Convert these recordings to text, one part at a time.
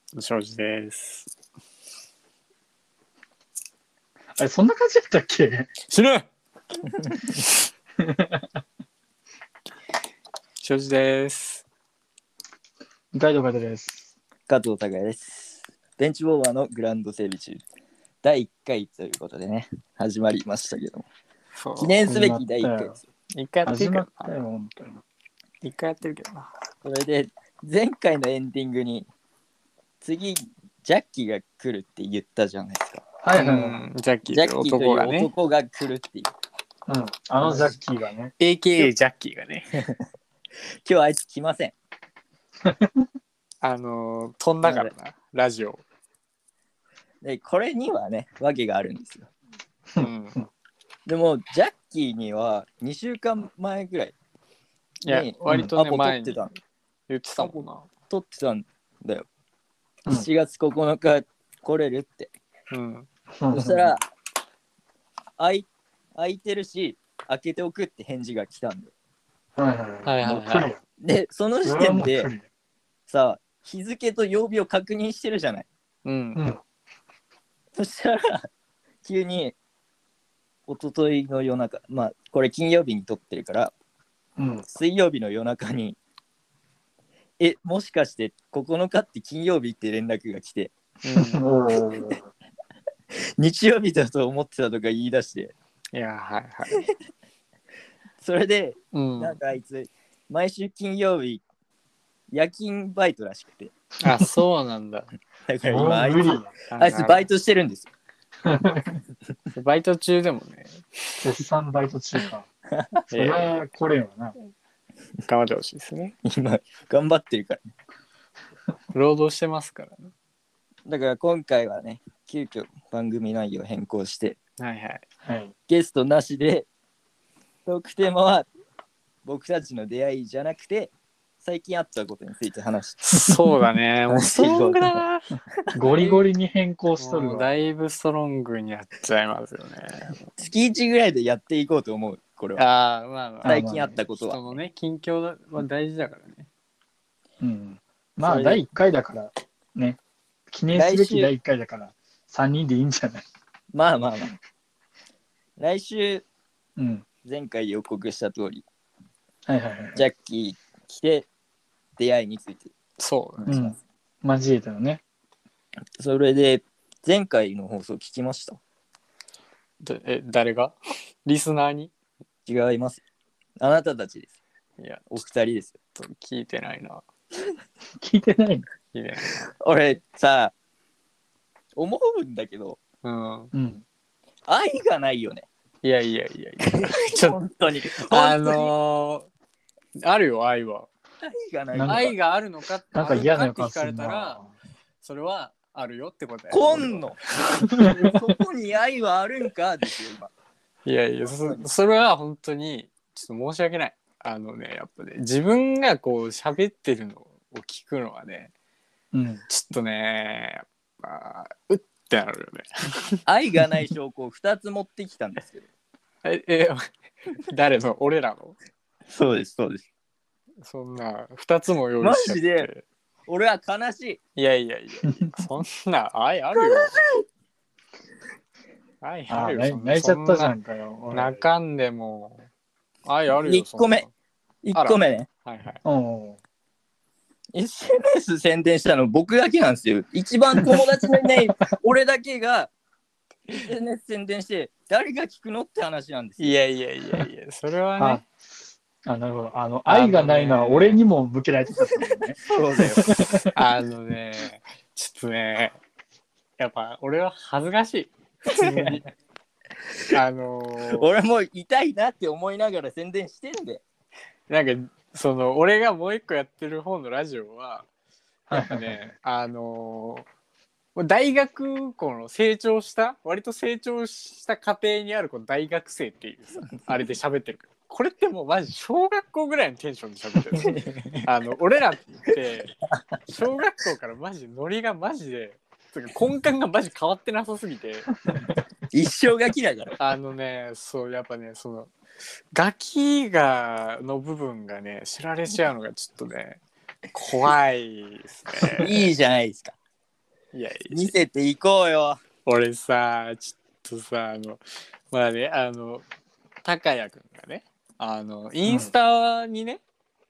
庄司です。 あれ、そんな感じだったっけ？ 死ぬ庄司です。 ガイドです。 加藤孝也です。ベンチウォーバーのグラウンド整備中第1回ということでね、始まりましたけども、記念すべき第1回ですよ。 一回やってるけど始まったよ、本当に。 一回やってるけどな。 それで前回のエンディングに次ジャッキーが来るって言ったじゃないですか。 はいはいはい。 ジャッキーという男がね。 男が来るっていう。 うん、あのジャッキーがね。 AKA ジャッキーがね。 今日あいつ来ません。 飛んだからな、ラジオ。 で、これにはね、訳があるんですよ。 うん、 でも、ジャッキーには2週間前ぐらいいや、割とね、前に撮って言ってたもんな。 撮ってたんだよ。7月9日来れるって。 うん。 そしたら、空いてるし、開けておくって返事が来たんで。 はいはいはい。 で、その時点で、さ、日付と曜日を確認してるじゃない。 うん。 そしたら、急に、一昨日の夜中、まあ、これ金曜日に撮ってるから、水曜日の夜中に、もしかして9日って金曜日って連絡が来て、日曜日だと思ってたとか言い出して、 いや、はいはい。 それで、なんかあいつ、毎週金曜日、夜勤バイトらしくて。 あ、そうなんだ。 だから今あいつバイトしてるんですよ。 バイト中でもね。 絶賛バイト中か。そりゃこれよな。 頑張ってほしいですね。 今、頑張ってるからね。 労働してますからね。 だから今回はね、急遽番組内容変更して、 はいはい。 ゲストなしで、トークテーマは僕たちの出会いじゃなくて、最近あったことについて話して。 そうだね。もうストロングだな。 ゴリゴリに変更しとるわ。 だいぶストロングにやっちゃいますよね。 月1ぐらいでやっていこうと思う、これは。 ああ、まあまあ。 最近あったことは。 人のね、近況は大事だからね。 うん。まあ、第1回だから、ね。記念すべき第1回だから、3人でいいんじゃない？ まあまあまあ。来週、 うん、 前回予告した通り、 はいはいはい、 ジャッキー来て、出会いについて。 そうだね。 交えたのね。 それで、前回の放送聞きました？ 誰が？リスナーに？ 違います。あなたたちです。 いや、 お二人ですよ。 聞いてないな。 聞いてないの？ 聞いてないな。 俺さ、思うんだけど、愛がないよね。 いやちょっと本当にあるよ、愛は。 愛がない。 愛があるのかってなんか嫌な予感聞かれたら、それはあるよってことだよ。 今野そこに愛はあるんかですよ、今。 いや、それは本当にちょっと申し訳ない。やっぱね、自分がこう喋ってるのを聞くのはね、ちょっとね、やっぱうってなるよね。 愛がない証拠を2つ持ってきたんですけど。 誰の？俺らの？ そうです、そうです。 そんな2つも用意しちゃって。マジで俺は悲しい。 いや、そんな愛あるよ。愛あるよ。 泣いちゃったじゃんかよ。 泣かんでも愛あるよ。 1個目ね。 はいはい。 SNS 宣伝したの僕だけなんですよ。一番友達のいない俺だけが SNS 宣伝して誰が聞くのって話なんですよ。 いや、それはね。 なるほど。愛がないのは俺にも向けられてたんだよね。 そうだよ。 ちょっとね、やっぱ俺は恥ずかしい。普通に。 俺も痛いなって思いながら宣伝してんで。 なんか俺がもう一個やってる方のラジオはやっぱね、大学校の割と成長した家庭にあるこの大学生っていうさあれで喋ってるから、これってもうマジ小学校ぐらいのテンションで喋ってる。俺らって小学校からマジノリがマジで根幹がマジ変わってなさすぎて一生ガキだから。 そうやっぱね、ガキの部分がね知られちゃうのがちょっとね怖いですね。 いいじゃないですか。 いやいや見せていこうよ。 俺さ、ちょっとさ、まあね、高谷くんがね、インスタにね、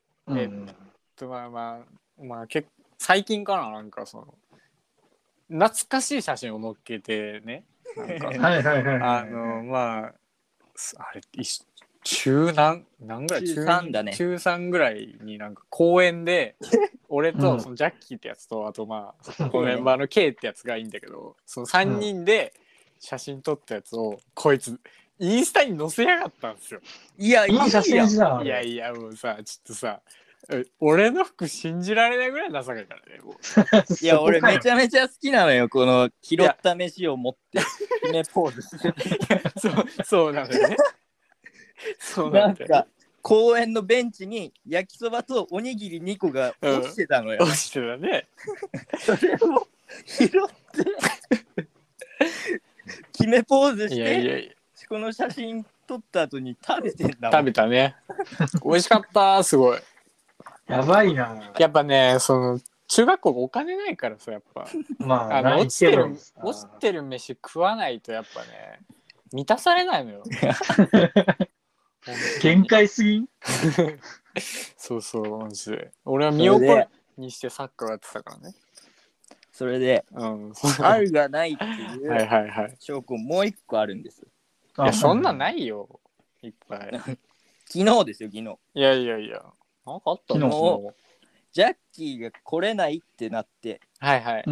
最近かな、なんか懐かしい写真を載っけてね、なんかはいはいはいはい。 あれ中何ぐらい中3だね。 中3ぐらいになんか公園で俺とそのジャッキーってやつと、あとこのメンバーの K ってやつがいいんだけど、その3人で写真撮ったやつをこいつインスタに載せやがったんですよ。 いや、いいいい写真じゃん。 いやいやもうさ、ちょっとさ、俺の服信じられないぐらいダサいからね。もういや、俺めちゃめちゃ好きなのよ。この拾った飯を持って決めポーズしてそうなんだよね。そうななんんだよ。 か公園のベンチに焼きそばとおにぎり2個が落ちてたのよ。 落ちてたね。 それを拾って決めポーズしいやいやていやこの写真撮った後に食べてんだも食ん。 べたね。美味しかったすごい。 やばいな。 やっぱね、中学校お金ないからさ、やっぱまあ、ない落ちてけどる飯食わないとやっぱね満たされないのよ。 限界すぎん。 そうそうマジで。俺は身を粉にしてサッカーやってたからね。 それで、あるがないっていうはいはいはい。 証拠もう一個あるんです。 いやそんなんないよ。いっぱい。 昨日ですよ、昨日。 いやいやいや。なんかあったの？ 昨日ジャッキーが来れないってなって、 はいはい。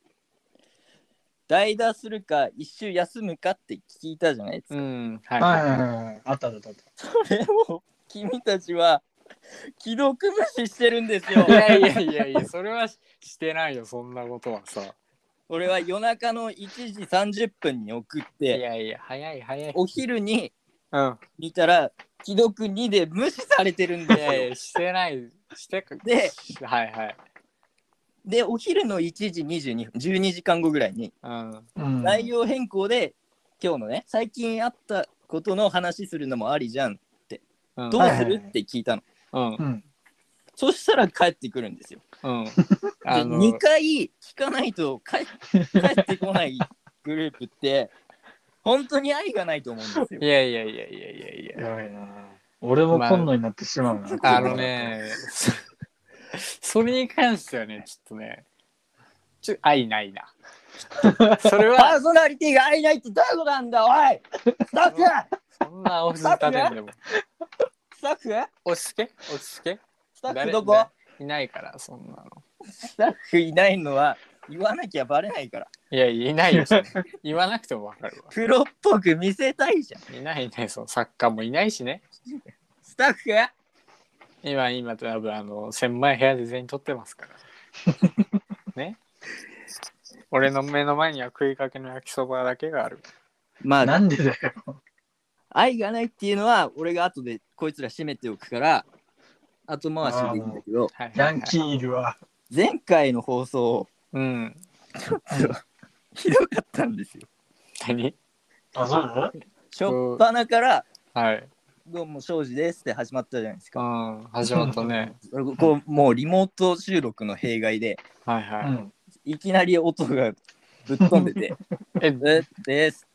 代打するか一周休むかって聞いたじゃないですか。 はいはいはいはい。あったあったあった。 それを君たちは既読無視してるんですよ。 いやいやいやいや、それはしてないよ、そんなことはさ。 俺は夜中の1時30分に送っいて、 やいや、早い早い。 お昼にうん。 見たら既読2で無視されてるんですよ。 いやいや、してない。 で、 はいはい。 でお昼の1時22分、12時間後ぐらいに、内容変更で今日のね、最近あったことの話するのもありじゃんって、どうするって聞いたの。そしたら帰ってくるんですよ。2回聞かないと帰ってこないグループって本当に愛がないと思うんですよ。 いやいやいやいやいやいや。 やばいな。俺も今度になってしまうな。それに関してはね、ちょっとね、愛ないな。それはパーソナリティが愛ないってどういうことなんだ、おいスタッフ。 そんな押し立てんでも。 スタッフ落ち着けスタッフどこ？ いないから、そんなの。 スタッフいないのは言わなきゃバレないから。 いや、いないよ。言わなくてもわかるわ。 プロっぽく見せたいじゃん。 いないね、作家もいないしね。 スタッフ今多分狭い部屋で全員撮ってますから。ね。俺の目の前には食いかけの焼きそばだけがある。 まあ、 なんでだよ。 愛がないっていうのは俺が後でこいつら締めておくから後回しでいいんだけど、 ヤンキーいるわ。 前回の放送、 ちょっとひどかったんですよ。 何？ あ、そうしょっぱなからはい。 どうも庄司ですって始まったじゃないですか。 始まったね。 こうもうリモート収録の弊害で、 はいはい。 いきなり音がぶっ飛んでてですって。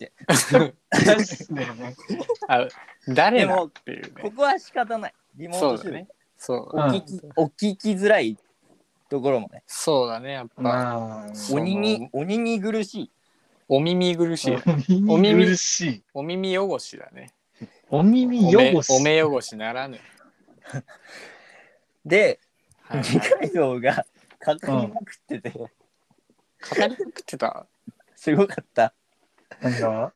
誰もっていうね。 ここは仕方ない。リモート収録ね。お聞きづらいところもね。 そうだね、やっぱ。 お耳苦しい。 お耳苦しい。 お耳苦しい。 お耳汚しだね。 お耳汚し。 お目汚しならぬ。 で、二階堂が語りまくってて。 語りまくってた？ すごかった。 何が？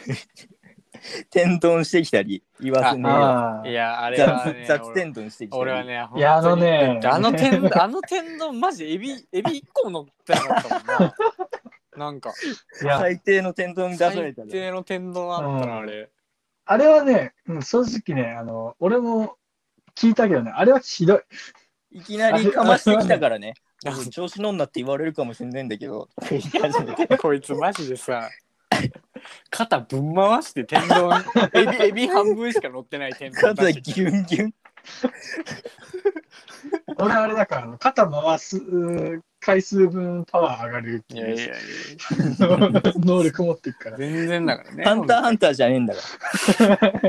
天丼してきたり言わせねえ。いや、あれはね。 雑天丼してきたり。 俺はね、 いや、あの天丼マジエビ1個乗ってなかったもんな。なんか。 最低の天丼出された。 最低の天丼あったな、あれ。 あれはね、正直ね、俺も聞いたけどね、あれはひどい。 いきなりかましてきたからね。調子乗んなって言われるかもしれないんだけど。 こいつマジでさ、肩ぶん回して天丼、エビ半分しか乗ってない天丼。 肩ギュンギュン。 俺あれだから、肩回す回数分パワー上がるっていういやいやいや能力持ってるから。 全然だからね。 ハンターハンターじゃねえんだから。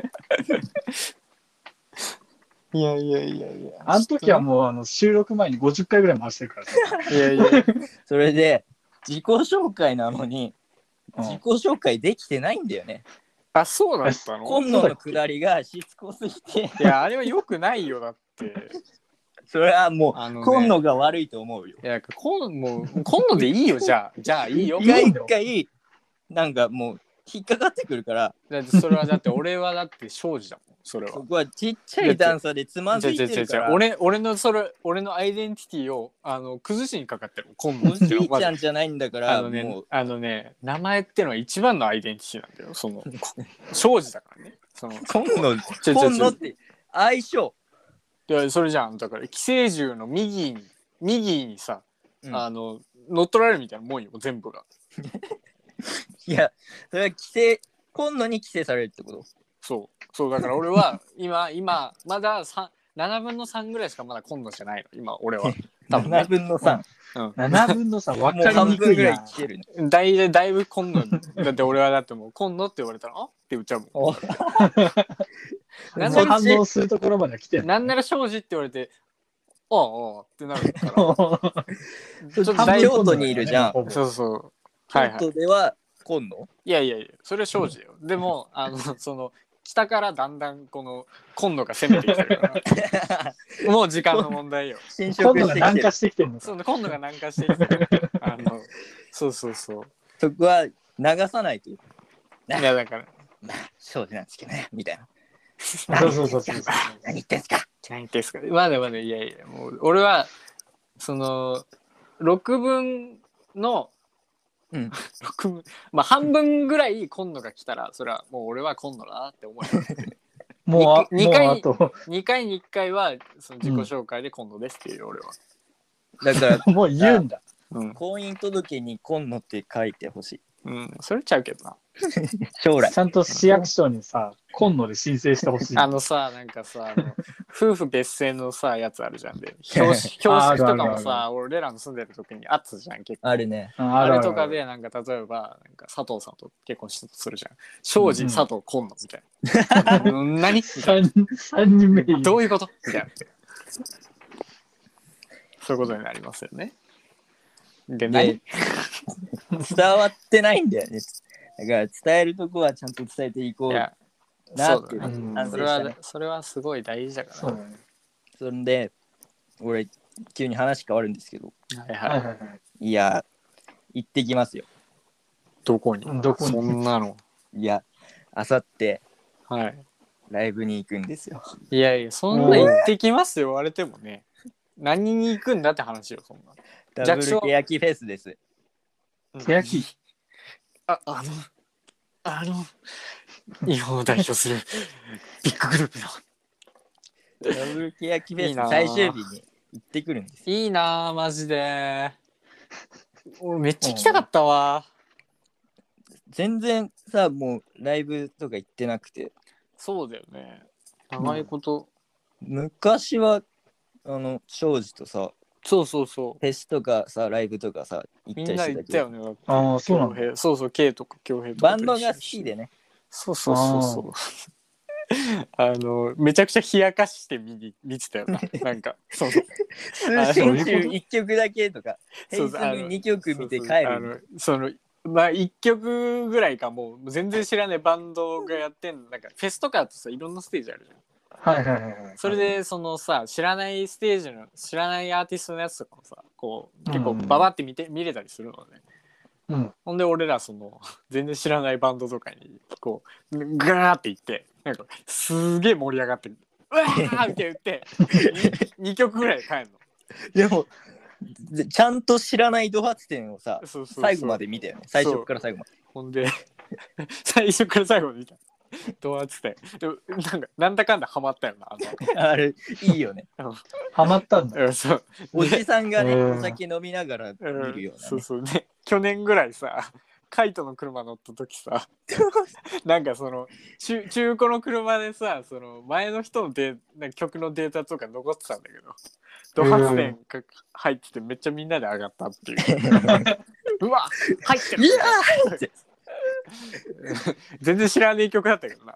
いやいやいやいや。 あの時はもう収録前に50回ぐらい回してるからさ。 いやいや。 それで自己紹介なのにうん自己紹介できてないんだよね。 あ、そうだったの？ 今度のくだりがしつこすぎて、 いや、あれは良くないよ、だって。 それはもうあのね今度が悪いと思うよ。 いや、もう今度でいいよ、じゃあいいよ。 一回なんかもう引っかかってくるから、 だってそれはだって俺はだって庄司だもん、それは。 そこはちっちゃい段差でつまずいてるから。 俺のアイデンティティを崩しにかかってる今度おじいちゃんじゃないんだからもう名前ってのは一番のアイデンティティなんだよ。その庄司だからね。その今度って相性。 いやそれじゃん。だから寄生獣の右にさ、 うん乗っ取られるみたいなもんよ、全部が。 いやそれは今度に規制されるってこと？ そうだから俺は今まだ7分の3ぐらいしかまだ今度じゃないの今俺は。多分ね、 7分の3。 7分の3分かり半分ぐらいにくいな。 来てるね。 だいぶ今度だって俺はだってもう今度って言われたらあって言っちゃうもん。なんなら反応するところまで来てる。 なんなら庄司って言われてああってなるからちょっと京都にいるじゃん。 そうはい京都では今度？ いやそれは庄司よ。でもその北からだんだんこの今度が攻めてきてるからもう時間の問題よ。 侵今度が食してきてる。 南下してきてるのか。 今度が南下してきてるそうそこは流さないと。 いやだからまあそうなんですけどねみたいな。 そう。 何言ってんすか。 何ですか。まだいやもう俺はその6分のうん 6分まあ半分ぐらい今度が来たらそれはもう俺は今度だなって思うよ。 もう 2回もうあと 2回に1回はその自己紹介で今度ですっていう俺は。 だからもう言うんだ。 婚姻届に今度って書いてほしい。 それちゃうけどな。 将来ちゃんと市役所にさ、今度で申請してほしい。 なんかさ夫婦別姓のさやつあるじゃんで標識とかもさ俺らの住んでる時にあったじゃん結構あるね。 あれとかでなんか例えばなんか佐藤さんと結婚したとするじゃん庄司、佐藤今野みたいな何みたいな 3人目どういうことみたいなそういうことになりますよね。で伝わってないんだよね。だから伝えるとこはちゃんと伝えていこうなっていう反省したね。 それはすごい大事だから。 そうだね。 そんで俺急に話変わるんですけど、いや行ってきますよ。 どこにそんなの。 いやあさってはいライブに行くんですよ。 いやそんな行ってきますよ言われてもね何に行くんだって話よそんな。 ダブルケヤキフェスです。 ケヤキ日本を代表するビッググループのダブルケヤキフェス最終日に行ってくるんですよ。 いいなマジで。俺めっちゃ行きたかったわ。 全然さもうライブとか行ってなくて。 そうだよね長いこと、 昔は庄司とさそうフェスとかさライブとかさ行ったりみんなしてたけど行ったよね。 ああ、そうなんだ。 そうK とか恭平とかバンドが好きでね。 そうめちゃくちゃ冷やかして見てたよななんか数週中1曲だけとか平日2曲見て帰る。 まあ1曲ぐらいかもう全然知らないバンドがやってんなんかフェスとかだとさいろんなステージあるじゃん。それでそのさ知らないステージの知らないアーティストのやつとかもさこう結構ババって見れたりするのね。ほんで俺らその全然知らないバンドとかにこうガーって行ってなんかすげえ盛り上がってうわーって言って2曲ぐらいで帰るの。 でもちゃんと知らないド発展をさ最後まで見たよね。最初から最後まで。 ほんで最初から最後まで見た。どうやってでもなんだかんだハマったよなあれいいよね。 ハマったんだ。 そうおじさんがねお酒飲みながら見るようなね。 そうね去年ぐらいさカイトの車乗った時さなんかその中古の車でさその前の人の曲のデータとか残ってたんだけどド発電が入っててめっちゃみんなで上がったっていううわ入ってるって全然知らない曲だったけどな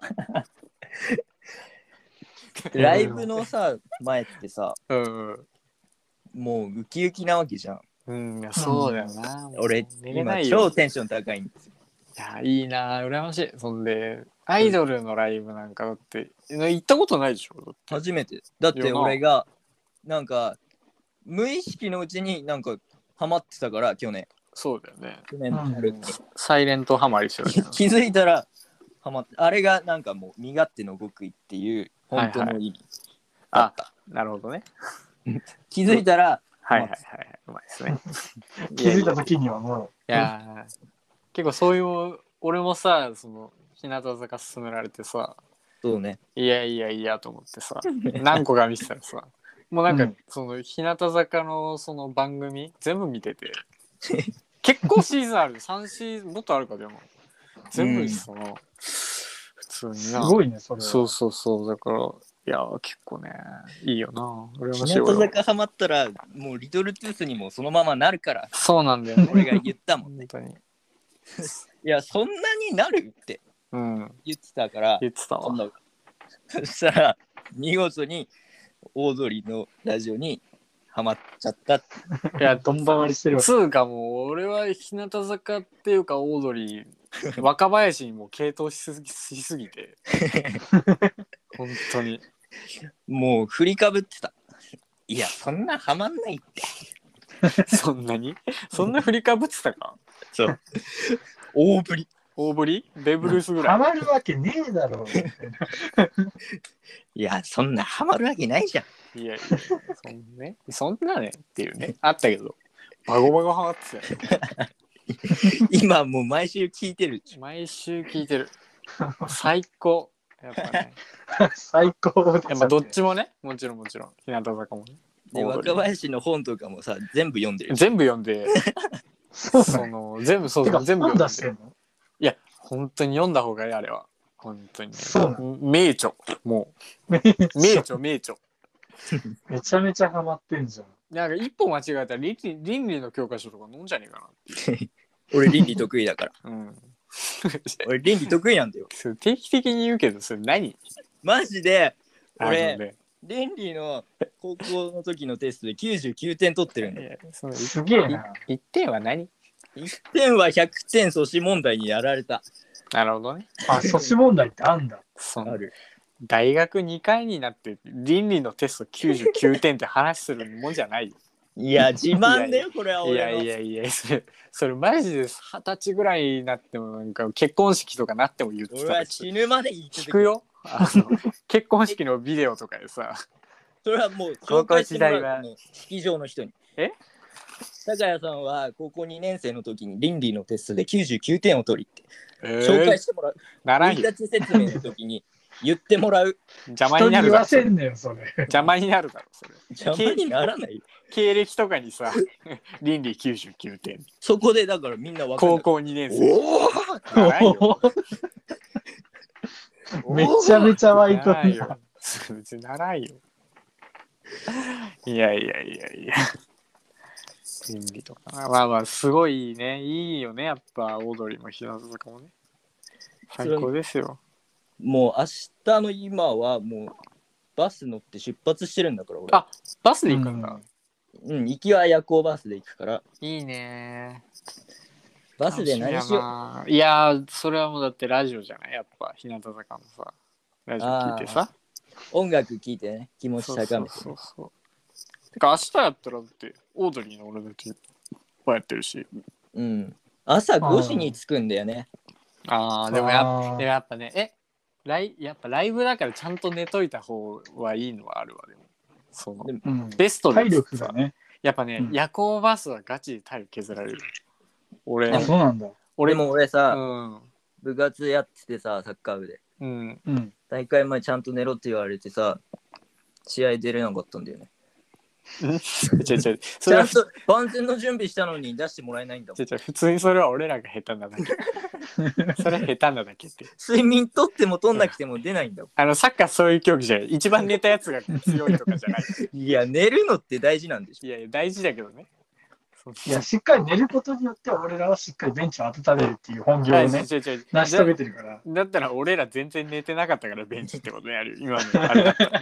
ライブのさ前ってさ、 うんもうウキウキなわけじゃん。 うん、いやそうだよな、 俺今寝れないよ超テンション高いんですよ。 いやいいな羨ましい。そんでアイドルのライブなんかだって行ったことないでしょ。だって初めてだって俺がなんか無意識のうちになんかハマってたから去年そうだよね。 の春にサイレントハマりしてたけど気づいたらハマって、あれがなんかもう身勝手の極意っていう本当の意味だった、 なるほどね。 気づいたらはいはいはい、うまいですね。 気づいた時にはもいや結構そういう俺もさその日向坂勧められてさそうねいやいやいやと思ってさ何個か見てたらさもうなんか、その日向坂のその番組全部見てて結構シーズンある3シーズンもっとあるかでも全部その、普通になすごいねそれは。 そうそうそうだからいや結構ねいいよな羨ましい日向俺は坂ハマったらもうリトルトゥースにもそのままなるからそうなんだよね俺が言ったもんね本当にいやそんなになるってうん言ってたから言ってたわそしたら見事にオードリーのラジオにハマっちゃったっていやどんばわりしてるわけ。 つうかもう俺は日向坂っていうかオードリー若林にも傾倒しすぎて本当にもう振りかぶってた。いやそんなハマんないってそんな振りかぶってたかそう大振り大振りベブルースぐらいハマるわけねえだろう。 いやそんなハマるわけないじゃんいやいやそんなねっていうねあったけどバゴバゴハマってたよ今もう毎週聞いてる毎週聞いてる最高やっぱね最高だ。 やっぱどっちもねもちろん日向坂もねで若林の本とかもさ全部読んでる全部読んでその全部そう全部本読んで出してんの？ いや本当に読んだ方がいいあれは本当にねそうなの？ 名著もう名著めちゃめちゃハマってんじゃん。 なんか一歩間違えたら倫理の教科書とか飲んじゃねえかなっていう俺倫理得意だからうん俺倫理得意なんだよそれ定期的に言うけどそれ何マジであの俺ね倫理の高校の時のテストで99点取ってるんだよそのすげえな。 1点は何 1点は100点阻止問題にやられたなるほどねあ、阻止問題ってあんだ。 そのある大学2回になって倫理のテスト99点って話するもんじゃないよいや自慢だよこれはい俺のやいやそれマジで20歳ぐらいになってもなんか結婚式とかなっても言って俺たらは死ぬまで言って聞くよ結婚式のビデオとかでさそれはもう紹介してもらう高校時代は式場の人にえ高谷さんは高校2年生の時に倫理のテストで99点を取りって紹紹介してもらうならんよ生い立ち説明の時に言ってもらう邪魔人に言わになるだろせんねん、それ。 邪魔になるだろそれ邪魔にならないよ経歴とかにさ倫理99点そこでだからみんな分かる高校2年生おおならんよめちゃめちゃワイトに。 ならんよ別にならんよいや倫理とかまあすごいねいいよねやっぱオードリーも日向坂もね最高ですよもう明日の今はもうバス乗って出発してるんだから俺あバスで行くんだ、 うん行きは夜行バスで行くからいいねバスで何しよういやそれはもうだってラジオじゃないやっぱ日向坂のさラジオ聞いてさう音楽聴いてね気持ち高めてそうてか明日やったらだってオードリーの俺たちもやってるしうん朝5時に着くんだよねでもやっぱねやっぱライブだからちゃんと寝といた方はいいのはあるわでもそのベストで体力がね。 やっぱね、夜行バスはガチで体力削られる俺あ、そうなんだ。 俺も俺さ、 うん部活やっててさサッカー部でうん大会前ちゃんと寝ろって言われてさ試合出れなかったんだよね違うそちゃれはんと万全の準備したのに出してもらえないんだもん。 普通にそれは俺らが下手なだけ。それは下手なだけって。 睡眠とってもとんなくても出ないんだもサッカーそういう競技じゃない。一番寝たやつが強いとかじゃない。 ん。いや、寝るのって大事なんでしょ。 いやいや、大事だけどね。 いや、しっかり寝ることによって、俺らはしっかりベンチを温めるっていう本業をね、成し遂げてるから。 だったら俺ら全然寝てなかったからベンチってことにある。今のあれだったら。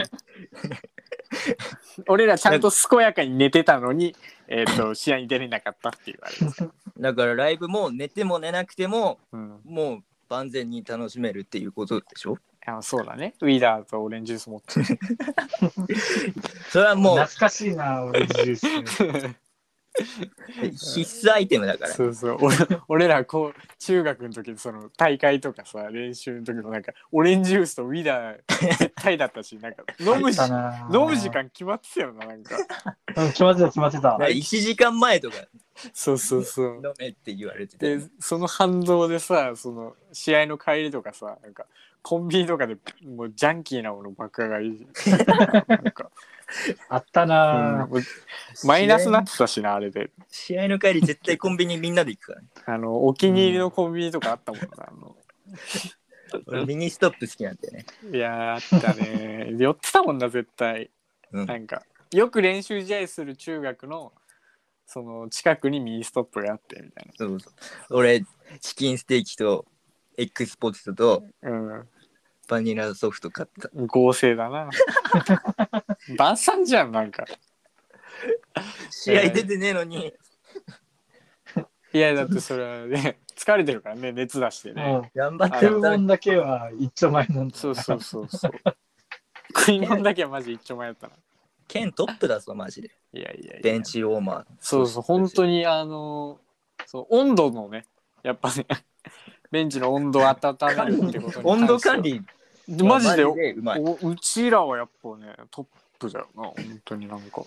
俺らちゃんと健やかに寝てたのに、試合に出れなかったっていうあれです。 だからライブも寝ても寝なくても、 うん、 もう万全に楽しめるっていうことでしょ。 そうだね。ウィダーとオレンジジュース持ってる。 それはもう懐かしいな、オレンジジュース。 必須アイテムだから。 そう俺らこう中学の時その大会とかさ練習の時もなんかオレンジジュースとウィダー絶対だったしなんか飲む時間決まってたよななんか。 決まってた。 1時間前とか。 そう飲めって言われてて。 でその反動でさその試合の帰りとかさなんかコンビニとかでもうジャンキーなもの爆破がいい。なんかあったな、 マイナスなってたしなあれで。 試合の帰り絶対コンビニみんなで行くからね。 お気に入りのコンビニとかあったもんな。 俺ミニストップ好きなんだよね。 いやあったね。寄ってたもんな絶対。なんかよく練習試合する中学のその近くにミニストップがあってみたいな。 そう俺チキンステーキとエッグスポテトと、バニラソフト買った。 合成だな。晩餐じゃんなんか。 試合出てねえのに。 いやだってそれはね疲れてるからね熱出してね。 頑張って食うもんだけは一丁前なんだ。 そう。食いもんだけはマジ一丁前だったな。 県トップだぞマジで。 いやベンチウォーマー。 そう本当にそう温度のねやっぱねベンチの温度を温めるってことに温度管理マジでうまい。 うちらはやっぱねトップだよな本当になんか。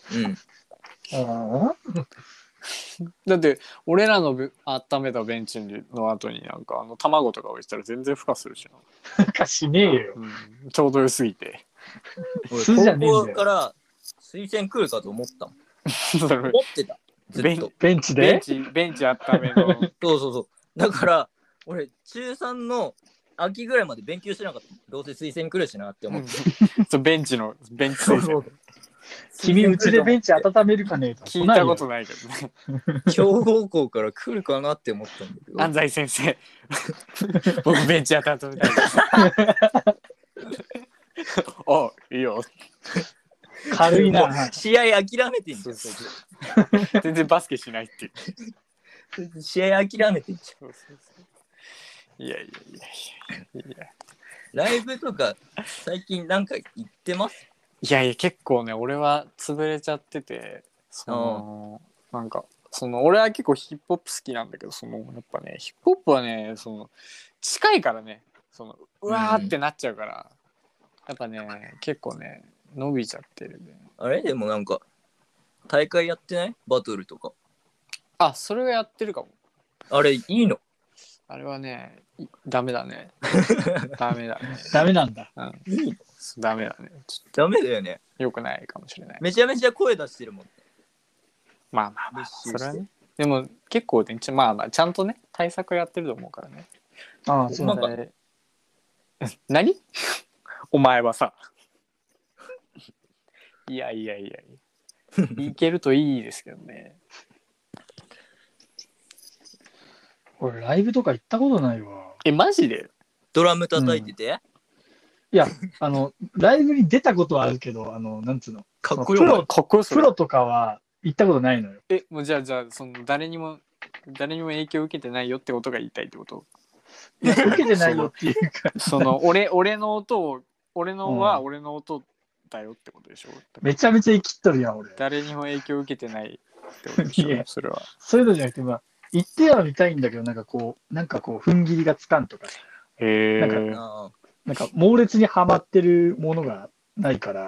だって俺らの温めたベンチの後になんか卵とか置いてたら全然孵化するしな。孵化しねえよ、 ちょうど良すぎて。 巣じゃねえんだよ。 高校から推薦来るかと思ったもん。思ってた。ずっとベンチでベンチ温めの。 そう。だから俺中3の秋ぐらいまで勉強してなかった。どうせ推薦来るしなって思って。 そうベンチ推薦。 君うちでベンチ温めるかねと聞いたことないけどね。 強豪校から来るかなって思ったんだけど。 安西先生僕ベンチ温めたいです。あいいよ。 軽いな。 試合諦めてんじゃん。 全然バスケしないっていう。試合諦めてんじゃん。 いや。 ライブとか最近なんか行ってます？ いや結構ね俺は潰れちゃっててなんか俺は結構ヒップホップ好きなんだけどやっぱねヒップホップはね近いからねうわーってなっちゃうから、やっぱね結構ね伸びちゃってるね。 あれでもなんか大会やってない？バトルとか。 あそれはやってるかも。 あれいいの？ あれはねダメだね。ダメだね。 ダメなんだ。 いいの？ ダメだね。 ダメだよね。 よくないかもしれない。 めちゃめちゃ声出してるもん。 まあそれはね。でも結構ねまあちゃんとね対策やってると思うからね。 ああそうなんだ。 何？お前はさ。いやいけるといいですけどね。 俺ライブとか行ったことないわ。 マジで？ ドラム叩いてて？ いやライブに出たことはあるけどなんつうのかっこよい。プロとかは行ったことないのよ。 もうじゃあ誰にも影響を受けてないよってことが言いたいってこと？ いや受けてないよっていうか俺の音は俺の音だよってことでしょ。 めちゃめちゃ生きっとるやん俺。 誰にも影響を受けてないってことでしょ。それはそういうのじゃなくて言ってはみたいんだけどなんかこう踏ん切りがつかんとか。なんか猛烈にはまってるものがないから。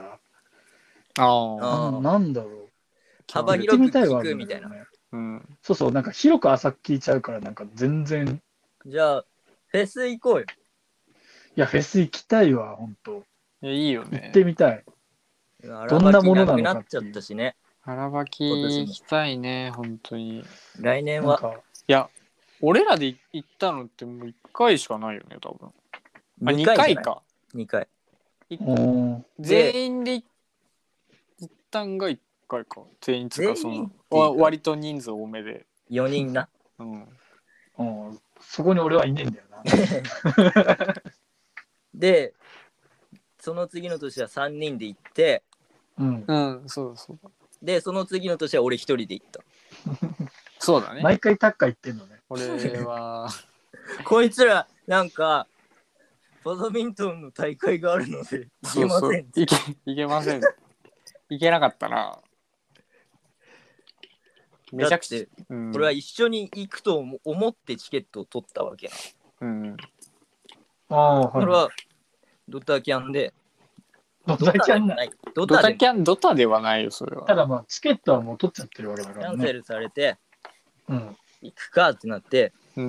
なんだろう。 幅広く聞くみたいな。 そうなんか広く浅く聞いちゃうからなんか全然。 じゃあフェス行こうよ。 いやフェス行きたいわ本当。 いいよね。 行ってみたい。どんなものなのかなくなっちゃったしね。 腹ばき行きたいね、本当に。 来年は。 いや、俺らで行ったのってもう1回しかないよね、多分。2回か。 2回。 全員で行ったんが1回か。全員つか、その、割と人数多めで。 4人な。 うん。そこに俺はいねえんだよな。 で、その次の年は3人で行って、 うん、そうそう。 で、その次の年は俺1人で行った。 そうだね。 毎回タッカー行ってんのね。 俺は。 こいつら、なんか、バドミントンの大会があるので、行けません。 行けません。行けなかったな。めちゃくちゃ。 俺は一緒に行くと思ってチケットを取ったわけな。 うん。 これはドタキャンで。 ドタキャンない。 ドタキャン、ドタではないよ、それは。 ただまあ、チケットはもう取っちゃってるわけだからね。 キャンセルされて、 うん。 行くかってなって、 うん。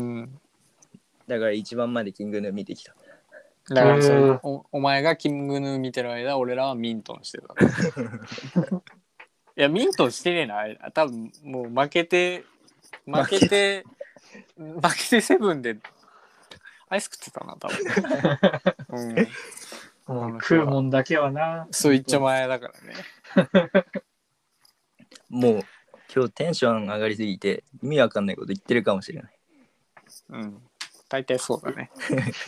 だから一番までキングヌー見てきた。 だからそれお前がキングヌー見てる間、俺らはミントンしてた。いや、ミントンしてねえな。多分もう負けてセブンでアイス食ってたな、多分。 食うもんだけはな。 そう言っちゃ前だからね。 もう今日テンション上がりすぎて意味わかんないこと言ってるかもしれない。 うん。大体そうだね。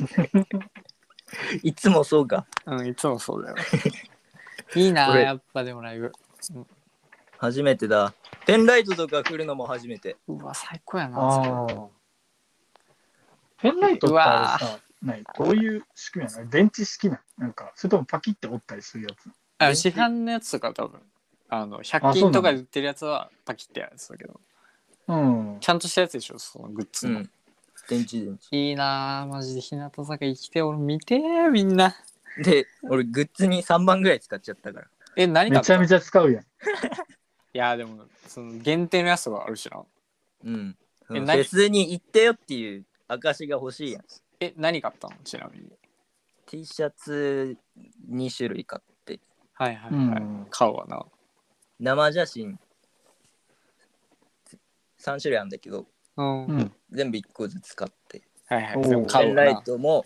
いつもそうか。 うん、いつもそうだよ。いいな、やっぱでもライブ。 初めてだ。ペンライトとか来るのも初めて。 うわ、最高やな。 ペンライトってあれさ、どういう仕組みなの？電池式なんか、それともパキって折ったりするやつ？ 市販のやつとか多分、100均とかで売ってるやつはパキってやつだけど、ちゃんとしたやつでしょ、そのグッズの。 電池。 いいなぁ、マジで日向坂生きて、俺見てー、みんな。 で、俺グッズに3万ぐらい使っちゃったから。 何かめちゃめちゃ使うやん。 いや、でも、その限定のやつがあるしな。 フェスに行ってよっていう証が欲しいやん。 何買ったのちなみに。 T シャツ2種類買って。 はいはいはい。買うわな。 生写真3種類あるんだけど、全部1個ずつ買って。 はいはい。全部買うわな。 ペンラ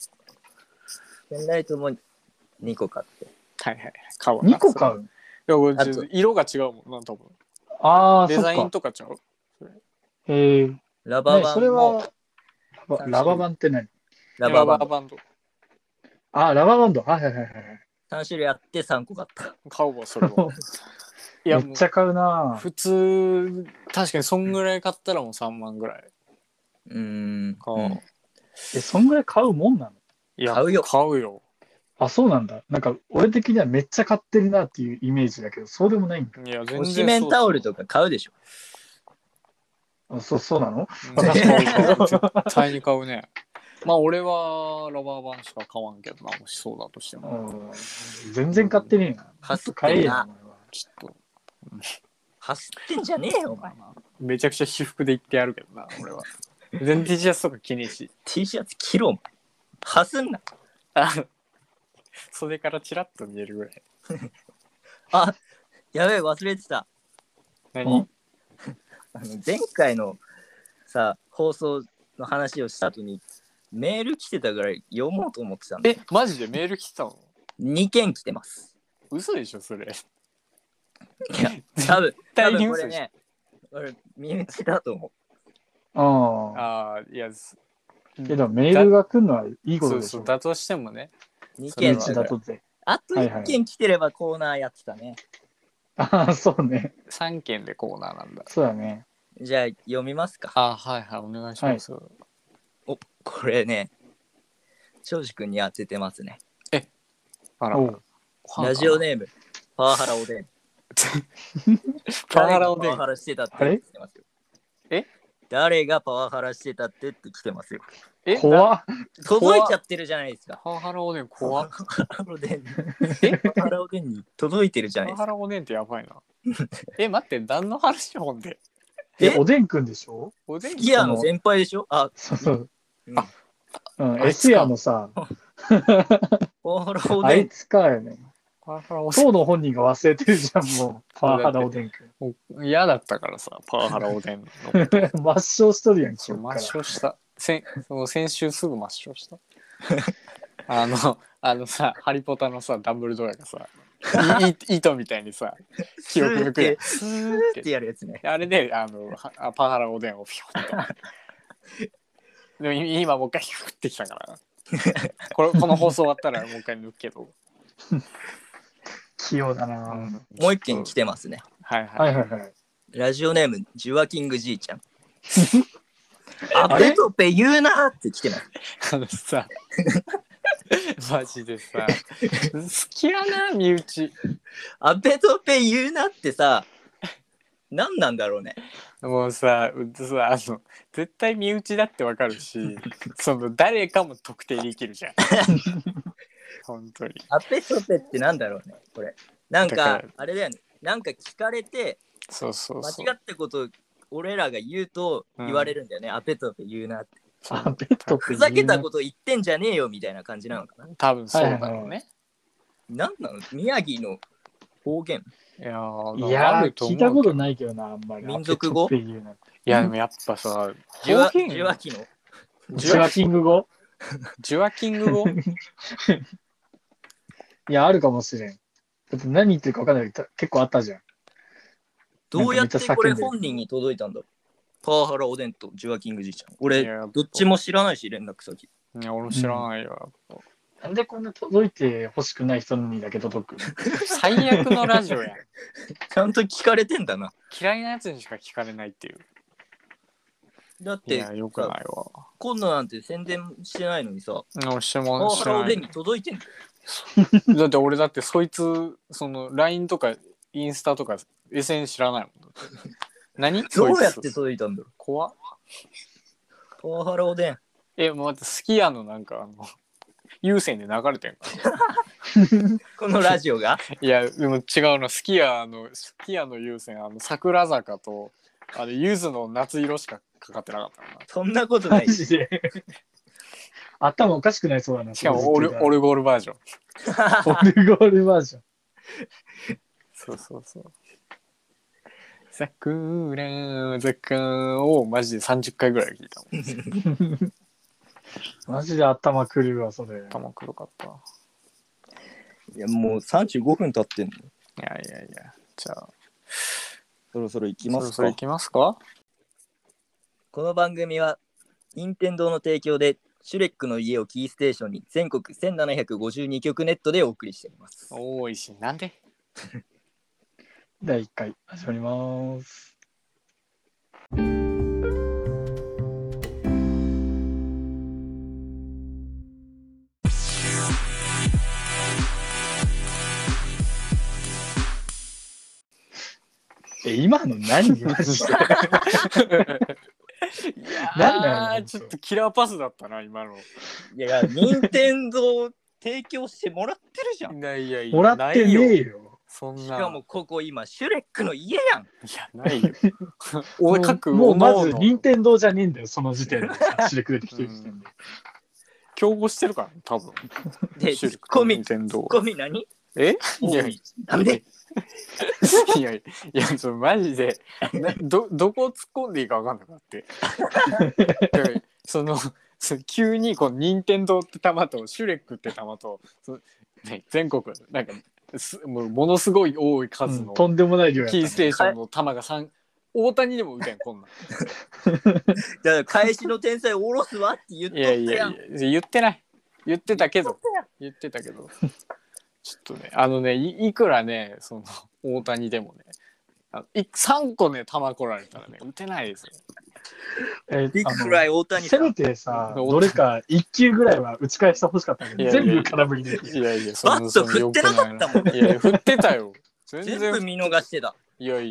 イトも2個買って。 はいはい。買うわな。 2個買う？ いや、色が違うもんな、多分。デザインとかちゃう？ ラバーバンド。 それは、ラバーバンって何？ ラバーバンド。 ラバーバンド。はいはいはいはい。 3種類あって3個買った。 買うわ、それは。 いや、めっちゃ買うな。 普通、確かにそんぐらい買ったらもう3万ぐらい。 そんぐらい買うもんなの？ いや、買うよ。 買うよ。 あ、そうなんだ。なんか、俺的にはめっちゃ買ってるなっていうイメージだけど、そうでもないんだ。 いや、全然。 推しメンタオルとか買うでしょ。そうなの？ 絶対に買うね。まあ、俺はラバーバンしか買わんけどな、もしそうだとしても。 全然買ってねえな。 走ってんな。 ちょっと。 走ってんじゃねえよ、お前。 めちゃくちゃ私服で言ってやるけどな、俺は。全然 T シャツとか着ねえし。 T シャツ着ろ、お前。走んな。 袖からチラッと見えるぐらい。 やべえ、忘れてた。 何？ 前回のさ、放送の話をした後にメール来てたから読もうと思ってたんだ。 マジでメール来てたの ？2件来てます。 嘘でしょ、それ。 いや、多分これね、俺、身内だと思う。 いや、 けどメールが来るのはいいことでしょ。 そうだとしてもね。 2件だとて。 あと1件来てればコーナーやってたね。 そうね。 3件でコーナーなんだ。 そうだね。 じゃあ読みますか。 はいはい、お願いします。 これね、長司くんに当ててますね。ラジオネーム、パワハラおでん。 パワハラおでん。 パワハラしてたって来てますよ。誰がパワハラしてたって来てますよ。 怖っ。 届いちゃってるじゃないですか。 パワハラおでん怖っ。 パワハラおでん。パワハラおでんに届いてるじゃないですか。 パワハラおでんってやばいな。待って、何の話ほんで。 おでんくんでしょ？ おでんスキヤの先輩でしょ？ そう。S ヤのさ、 パワハラおでん。 あいつかよね。 パワハラおでん。 当の本人が忘れてるじゃん、もう。パワハラおでんくん。 もう嫌だったからさ、パワハラおでんの。 抹消しとるやん、 そう今日から。 抹消した。その先週すぐ抹消した。あのさ、ハリポタのさ、ダンブルドアがさ、糸みたいにさ、記憶抜くやん。 スーってやるやつね。 あれで、パワハラおでんをフィョンって。でも今もう一回ヒュッてきたから。この放送終わったらもう一回抜くけど。 器用だな、 もう一件来てますね。 はいはい。 はいはいはい。 ラジオネーム、ジュワキングじいちゃん。アペトペ言うなって来てます。 さ、マジでさ、好きやな、身内。 アペトペ言うなってさ、何なんだろうね。 もうさ、絶対身内だってわかるし、誰かも特定できるじゃん。本当に。 アペトペってなんだろうね、これ。なんか、あれだよね。なんか聞かれて、 そうそうそう。 間違ったこと俺らが言うと言われるんだよね。アペトペ言うなって。 アペトペふざけたこと言ってんじゃねえよみたいな感じなのかな。 多分そうだろうね。 なんなの宮城の方言。 いや聞いたことないけどな、あんまり。 民族語。 いやでもやっぱさ、 ジュワキのジュワキング語ジュワキング語いや、あるかもしれん。だって何言ってるか分かんないけど、結構あったじゃん。 どうやってこれ本人に届いたんだろう。パワハラおでんとジュワキングじいちゃん。俺、どっちも知らないし、連絡先。 いや、俺も知らないよ。 なんでこんな届いて欲しくない人にだけ届く最悪のラジオやん。 ちゃんと聞かれてんだな。 嫌いなやつにしか聞かれないっていう。 だって、 よくないわ。 今度なんて宣伝してないのにさ、 パワハラおでんに届いてんのだって俺だってそいつ、LINE とかインスタとか SNS 知らないもん。何どうやって届いたんだろう。 怖っ。 パワハラおでん。 もうだってスキヤの有線で流れてんかこのラジオがいやでも違うの。スキヤの有線桜坂とゆずの夏色しかかかってなかったな。 そんなことない。 頭おかしくないそうだな。 しかもオルゴールバージョン。 オルゴールバージョン。 そう。桜坂をマジで30回ぐらい聞いたもん。 マジで頭くるわ、それ。 頭くるかった。 いや、もう35分経ってんの。 いや。じゃあ、 そろそろ行きますか。この番組は、任天堂の提供で、シュレックの家をキーステーションに全国1752局ネットでお送りしています。 多いし、なんで第1回始まります。今の何マジでいやちょっとキラーパスだったな今の。 いや任天堂提供してもらってるじゃん。 いやもらってねえよ。 そんな。 しかもここ今シュレックの家やん。 いやないよ。 もうまず任天堂じゃねえんだよその時点でシュレック出てきてる時点で。 競合してるから多分。 でツッコミ何？ いやなんで？ いやマジでどこを突っ込んでいいか分かんなくなって急にこの任天堂って玉とシュレックって玉と全国なんかものすごい多い数のとんでもない量やった、 キーステーションの玉が大谷にも打てんこんなんだから返しの天才おろすわって言っとったやん。いや言ってない。言ってたけどちょっとねいくらね大谷でもね3個ね球来られたらね打てないですよ。 いくらい大谷せめてさどれか1球ぐらいは打ち返してほしかったけど全部空振りで。 バット振ってなかったもん。 いや振ってたよ。 全部見逃してた。 いや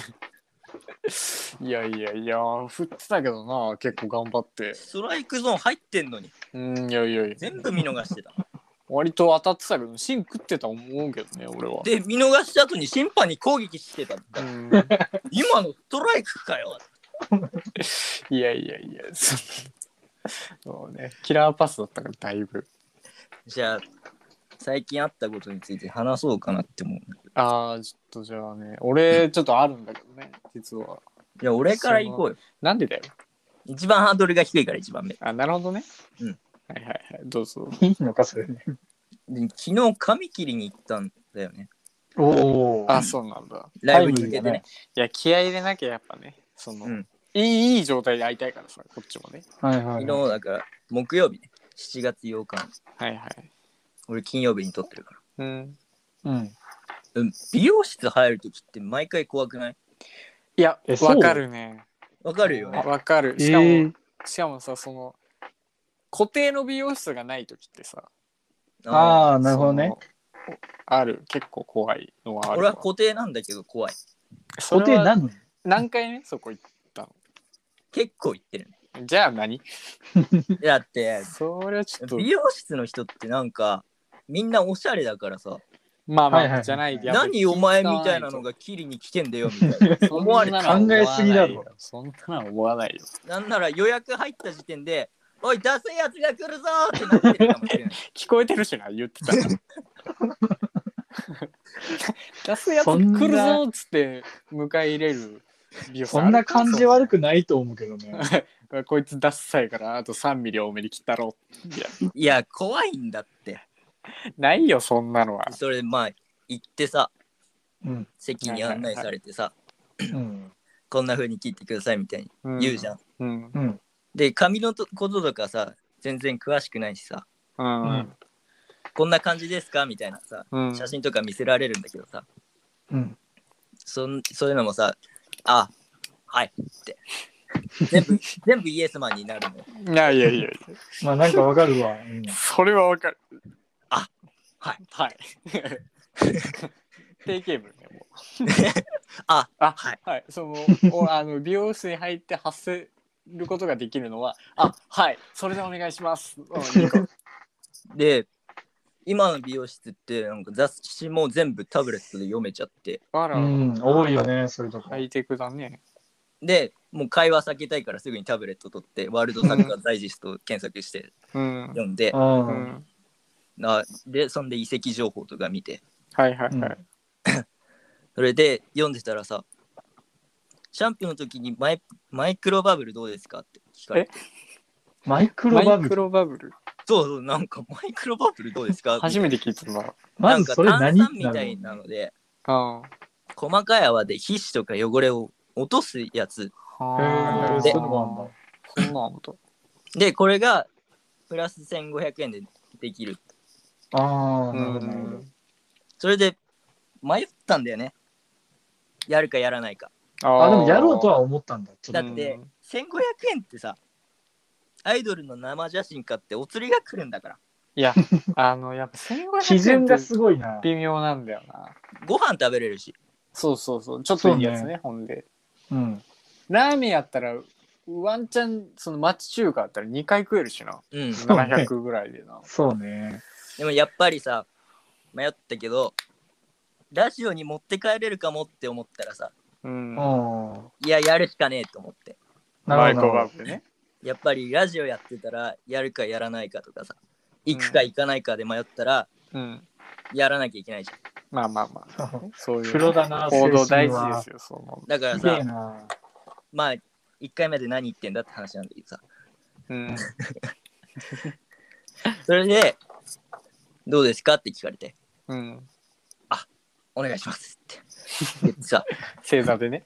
振ってたけどな結構頑張って。 ストライクゾーン入ってんのに。 いや全部見逃してた。 割と当たってたけど芯食ってた思うけどね俺は。 で見逃した後に審判に攻撃してた。今のストライクかよ。 いやそうねキラーパスだったからだいぶ。 じゃあ最近あったことについて話そうかなって思う。 ああ、ちょっとじゃあね、俺ちょっとあるんだけどね、実は。 いや、俺から行こうよ。 なんでだよ。 一番ハードルが低いから、一番目。 あ、なるほどね。 うん。 はいはいはい、どうぞ。 いいのか、それね。 で昨日、髪切りに行ったんだよね。 おお。 あ、そうなんだ。 ライブに向けてね。 いや、気合い入れなきゃやっぱね、いい状態で会いたいからさ、こっちもね。 はいはい。 昨日だから、木曜日ね。7月8日。 はいはい。 俺、金曜日に撮ってるから。 うん。 美容室入るときって毎回怖くない？ いや、わかるね。 わかるよね。 わかる。しかもさ、固定の美容室がないときってさ。 ああ、なるほどね。 結構怖いのはある。 俺は固定なんだけど怖い。 固定何回ね、そこ行ったの？ 結構行ってるね。 じゃあ何？ だって、 それはちょっと。 美容室の人ってなんか、みんなおしゃれだからさ。 まあまあ、じゃない。 何お前みたいなのが切りに来てんだよみたいな。思われ考えすぎだろ。 そんなの思わないよ。 なんなら予約入った時点で、おい、出せやつが来るぞってなってるかもしれない。 聞こえてるしな、言ってたら。出すやつ来るぞっつって迎え入れる美容師。 そんな感じ悪くないと思うけどね。 こいつダッサいからあと3ミリ多めに切ったろ。 いや、怖いんだって。 ないよ、そんなのは。 それ、まあ、行ってさ、席に案内されてさ、こんな風に切ってくださいみたいに言うじゃん。で、髪のこととかさ、全然詳しくないしさ、こんな感じですかみたいなさ、写真とか見せられるんだけどさ、そういうのもさ、あ、はいって全部イエスマンになるの。 いやまあなんかわかるわ。 それはわかる。 あ、はい定型文ね、もう。はい。美容室に入って発せることができるのは、はい、それでお願いします。 で、今の美容室ってなんか雑誌も全部タブレットで読めちゃって。 多いよね、それとか。 ハイテクだね。 で、もう会話避けたいからすぐにタブレット取って、ワールドサッカーダイジェスト検索して読んで、で、そんで遺跡情報とか見て。それで読んでたらさ、シャンプーの時にマイクロバブルどうですかって聞かれて。 マイクロバブルそう、なんかマイクロバブルどうですか初めて聞いたな。 なんか炭酸みたいなので、細かい泡で皮脂とか汚れを落とすやつ。で、これがプラス1500円でできる。それで迷ったんだよね。やるかやらないか。 でもやろうとは思ったんだ。 だって1500円ってさ、アイドルの生写真買ってお釣りが来るんだから。 いや、やっぱ1500 基準がすごいな。 微妙なんだよな。 ご飯食べれるし。 そうちょっといいやつね、ほんで。ラーメンやったらワンチャンその町中華だったら2回食えるしな。700ぐらいでな。 そうね。 でもやっぱりさ、迷ったけど、ラジオに持って帰れるかもって思ったらさ、いや、やるしかねえと思って。 マイクロバブルね。 やっぱりラジオやってたらやるかやらないかとかさ、行くか行かないかで迷ったら、やらなきゃいけないじゃん。 まあそういうプロだな、 行動大事ですよ。 だからさ、まあ1回目で何言ってんだって話なんだけどさ、それでどうですかって聞かれて、お願いしますって言ってさ、 正座でね。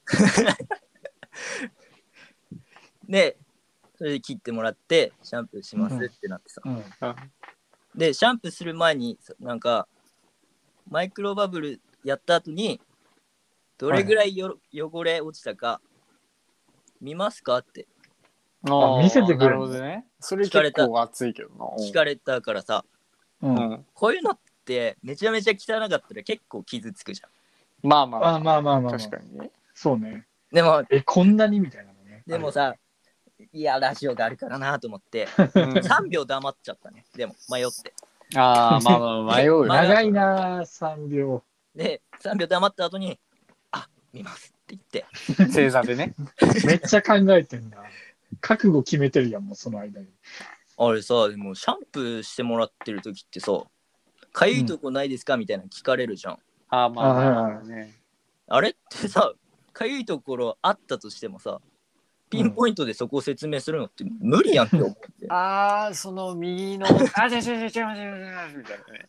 で、それで切ってもらってシャンプーしますってなってさ、でシャンプーする前になんかマイクロバブルやった後にどれぐらい汚れ落ちたか見ますかって見せてくれる。 ね。それ結構熱いけどな。 聞かれたからさ、こういうのってめちゃめちゃ汚かったら結構傷つくじゃん。 まあ確かにね。 そうね。 でもこんなにみたいなのね。 でもさ、いやラジオがあるからなと思って3秒黙っちゃったね。でも迷って。 まあ迷うよ。 長いな3秒。 で3秒黙った後に見ますって言って正座でね。 めっちゃ考えてんだ。覚悟決めてるやん、もうその間に。 あれさ、でもシャンプーしてもらってる時ってさ、 かゆいとこないですかみたいなの聞かれるじゃん。 あ、まあね。 あれってさ、かゆいところあったとしてもさ、ピンポイントでそこを説明するのって無理やんって思って。 その右の、違うみたいなね。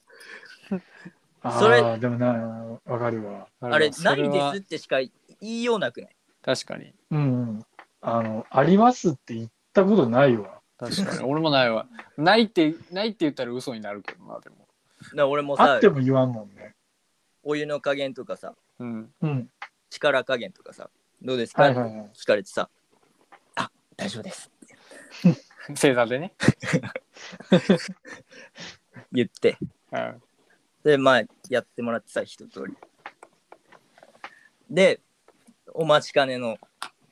それ、でもな、わかるわ。 あれ、ないですってしか言いようなくない？ 確かに。 ありますって言ったことないわ。 確かに。俺もないわ。ないって言ったら嘘になるけどな、でも。 俺もさ、 あっても言わんもんね。 お湯の加減とかさ、 力加減とかさ、どうですかって聞かれてさ、大丈夫です。 正座でね。 言って。で、まあ、やってもらってさ、一通り。で、お待ちかねの。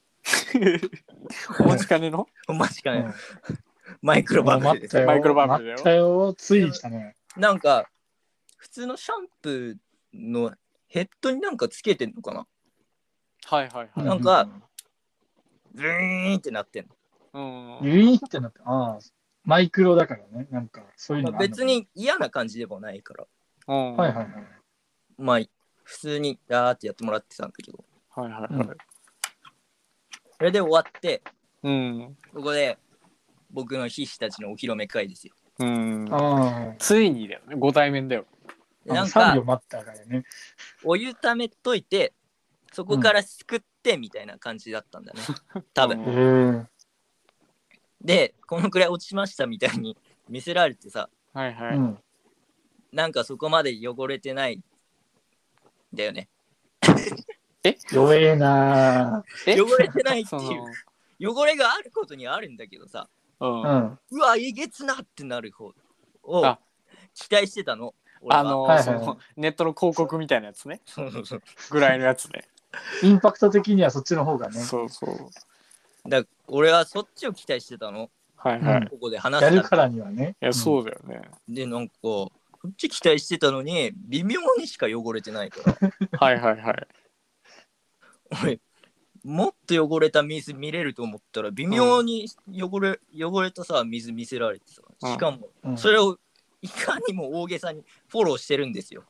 お待ちかねのマイクロバブルです。 マイクロバブルだよ。 待ったよ、ついに来たね。 なんか、普通のシャンプーのヘッドになんかつけてんのかな？ はいはいはい。 なんか、ブーンってなってんの。ブーンってなって、マイクロだからね。なんか、そういうの別に嫌な感じでもないから。 はいはいはい。 まあ、普通にダーってやってもらってたんだけど。 はいはいはい。 それで終わって、 ここで僕の筆師たちのお披露目会ですよ。 ついにだよね。ご対面だよ。 なんか3秒待ったからね。 お湯ためといて、そこからすくってみたいな感じだったんだね。多分。で、このくらい落ちましたみたいに見せられてさ、 はいはい。 なんかそこまで汚れてないんだよね。 弱えな汚れてないっていう汚れがあることにはあるんだけどさ、うわえげつなってなる方を期待してたの。 ネットの広告みたいなやつね。ぐらいのやつね。 インパクト的にはそっちの方がね。 そうそう。 だ俺はそっちを期待してたの。 はいはい。 ここで話すやるからにはね。 いや、そうだよね。 で、なんかこっち期待してたのに微妙にしか汚れてないから。 はいはいはい。 俺もっと汚れた水見れると思ったら微妙に汚れたさ水見せられてさ、しかもそれをいかにも大げさにフォローしてるんですよ。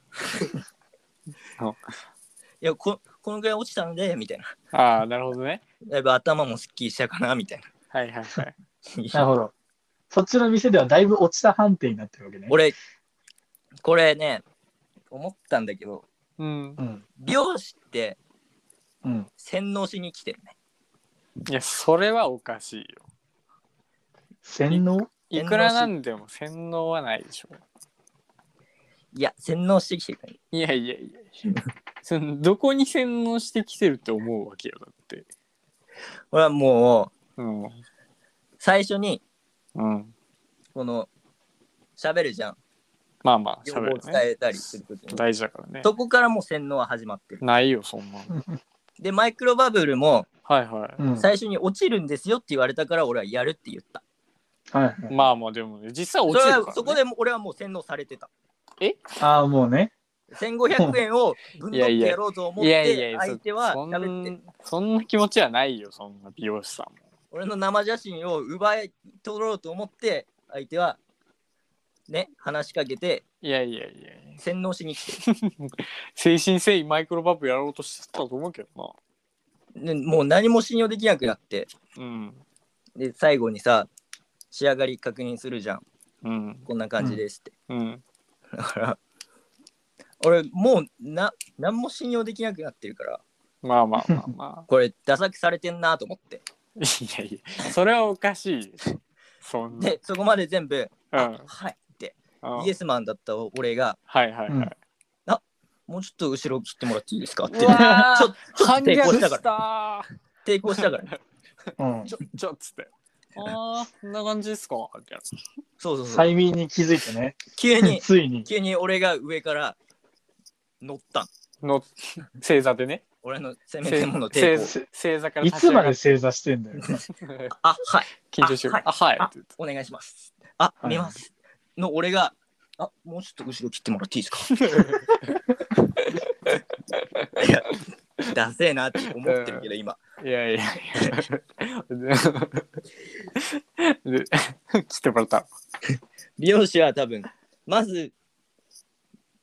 いやこのぐらい落ちたのでみたいな。 なるほどね。 だいぶ頭もすっきりしたかなみたいな。 はいはいはい。 なるほど。そっちの店ではだいぶ落ちた判定になってるわけね。 俺これね思ったんだけど、美容師って洗脳しに来てるね。 いや、それはおかしいよ。 洗脳？ いくらなんでも洗脳はないでしょ。 いや、洗脳してきてるから。 いやどこに洗脳してきてるって思うわけよ、だって。 俺はもう、最初に、この、喋るじゃん。 まあまあ、喋るね。 伝えたりするときに。 大事だからね。 そこからもう洗脳は始まってる。 ないよ、そんなの。 で、マイクロバブルも、 最初に落ちるんですよって言われたから俺はやるって言った。 まあまあ、でもね、実際落ちるから、ね。 そこで俺はもう洗脳されてた。 もうね。 1500円をぶんどってやろうと思って相手は喋って。そんな気持ちはないよ、そんな美容師さんも。 俺の生写真を奪い取ろうと思って相手はね話しかけて洗脳しに来て誠心誠意マイクロバブやろうとしてたと思うけどな、もう何も信用できなくなって、で最後にさ仕上がり確認するじゃん、こんな感じですって、だから俺もう何も信用できなくなってるからまあこれダサくされてんなと思って。 いやそれはおかしい。 でそこまで全部はいってイエスマンだった俺がもうちょっと後ろ切ってもらっていいですかってちょっと抵抗したからちょっつってこんな感じですかみたいな。 そう催眠に気づいてね急に俺が上から乗った正座でね。 俺のせめてもの抵抗。 正座からいつまで正座してんだよ。 はい緊張してる。はいお願いします。見ますの俺がもうちょっと後ろ切ってもらっていいですか。いやダセーなって思ってるけど今。 いや切ってもらった。 美容師は多分まず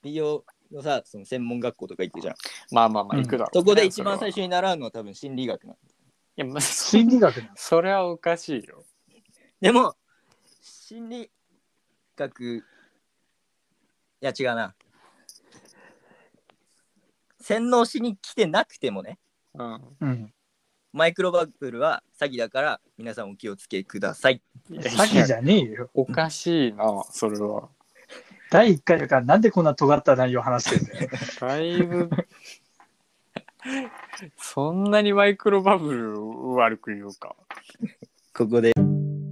美容のさ、その専門学校とか行くじゃん。 まあまあまあ行くだろう、 そこで一番最初に習うのは多分心理学なの。 いや、まあ、 心理学なの。 それはおかしいよ。 でも心理学、いや違うな。洗脳しに来てなくてもね、 うん。 マイクロバブルは詐欺だから皆さんお気をつけください。 いや詐欺じゃねえよ。 おかしいな、それは。 第1回だからなんでこんな尖った内容話してんだよ。 だいぶそんなにマイクロバブル悪く言うか。 ここで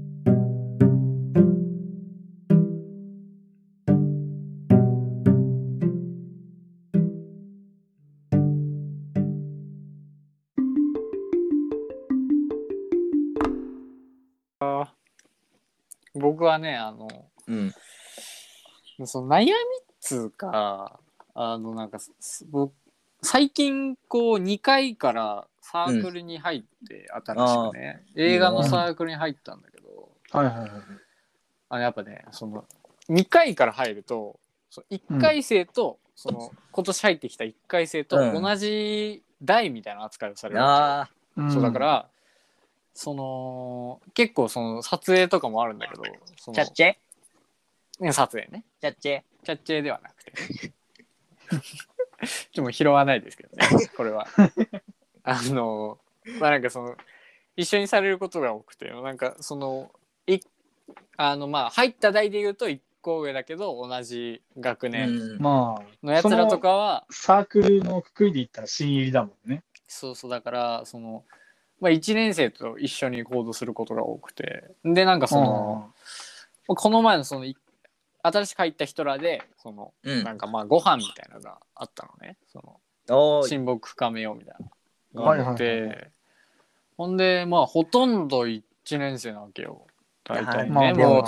僕はね、その悩みっつうか、なんか僕最近こう2回からサークルに入って、新しくね、映画のサークルに入ったんだけど、 はいはいはい。 やっぱね、その2回から入ると、1回生と、その今年入ってきた1回生と同じ代みたいな扱いをされるわけよ。そうだから、その結構その撮影とかもあるんだけど、そのチャッチェ撮影ね。 チャッチェキャッチェではなくて、でも拾わないですけどね、これは。まあなんかその一緒にされることが多くて、なんかそのまあ入った代で言うと1個上だけど同じ学年のやつらとかは、 サークルのくくりで言ったら新入りだもんね。 そうそう、だからその、まあ、1年生と一緒に行動することが多くて、でなんかその、この前のその新しく入った人らでその、なんかまあご飯みたいなのがあったのね、その親睦深めようみたいなので、ほんでまあほとんど1年生なわけよ、大体ね。もう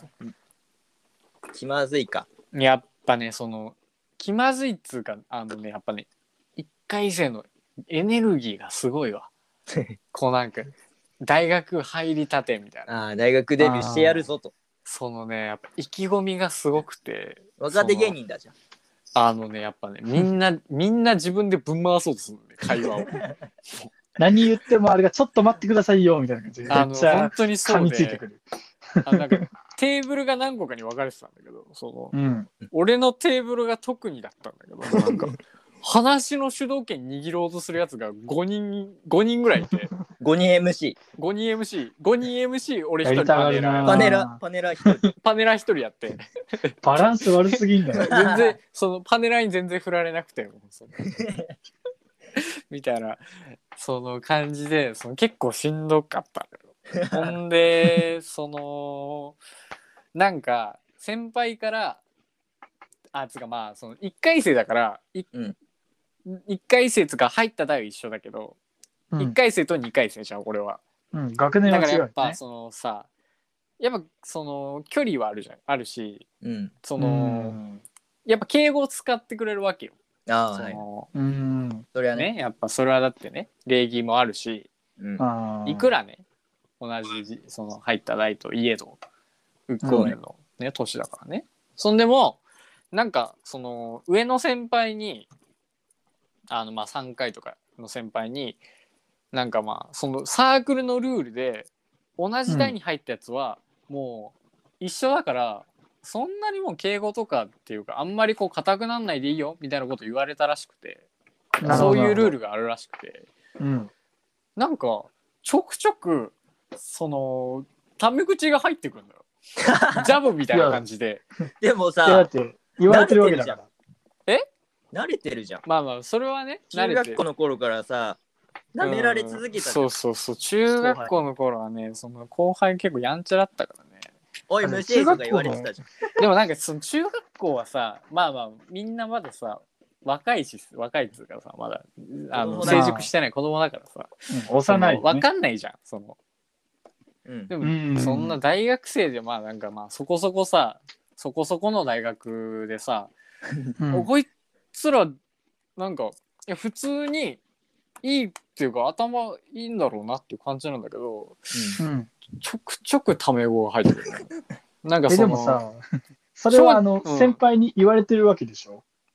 気まずいか。 やっぱね、その気まずいっつうか、やっぱね、1回生のエネルギーがすごいわ。こうなんか大学入りたてみたいな。 大学デビューしてやるぞと。 そのね、やっぱ意気込みがすごくて。 若手芸人だじゃん。 やっぱね、みんな自分でぶん回そうとするのね、会話を。 何言ってもあれがちょっと待ってくださいよみたいな感じで。 本当にそうで。 噛みついてくる。 なんかテーブルが何個かに分かれてたんだけど、その、俺のテーブルが特にだったんだけど、なんか話の主導権握ろうとするやつが5人ぐらいいて。 5人 MC。 5人 MC、俺1人パネラ 1人やって。 バランス悪すぎんだよ。 全然、そのパネラーに全然振られなくて、みたいな、その感じで、その結構しんどかったのよ。ほんで、その、なんか、先輩から、つかまあ、その1回生だから、1回生つか入った代は一緒だけど、1回生と2回生じゃん、俺は。 学年は違う、ね。 だからやっぱそのさ、やっぱその距離はあるし、その、やっぱ敬語を使ってくれるわけよ。それはね、やっぱそれはだってね、礼儀もあるし、いくらね、同じその入った代といえど、1個上のね、年だからね。そんでもなんかその上の先輩にまあ3回とかの先輩になんかまあそのサークルのルールで同じ代に入ったやつはもう一緒だから、そんなにもう敬語とかっていうかあんまりこう硬くなんないでいいよみたいなこと言われたらしくて、そういうルールがあるらしくて、なんかちょくちょくそのタメ口が入ってくるんだよ。ジャブみたいな感じで。 でもさ、 だって言われてるわけだから。 慣れてるじゃん。 まあまあそれはね、 中学校の頃からさ、舐められ続けたじゃん。 そう中学校の頃はね、その後輩結構やんちゃだったからね。 おい虫とか言われてたじゃん。 でもなんかその中学校はさ、まあまあみんなまださ若いっつうかさ、まだ成熟してない子供だからさ、 幼い、ね、 分かんないじゃんその。でもそんな大学生でまあなんかまあそこそこの大学でさ、こいつらなんかいや普通にいいっていうか頭いいんだろうなっていう感じなんだけど、ちょくちょくタメ語が入ってるね。なんかでもさ、それは先輩に言われてるわけでしょ。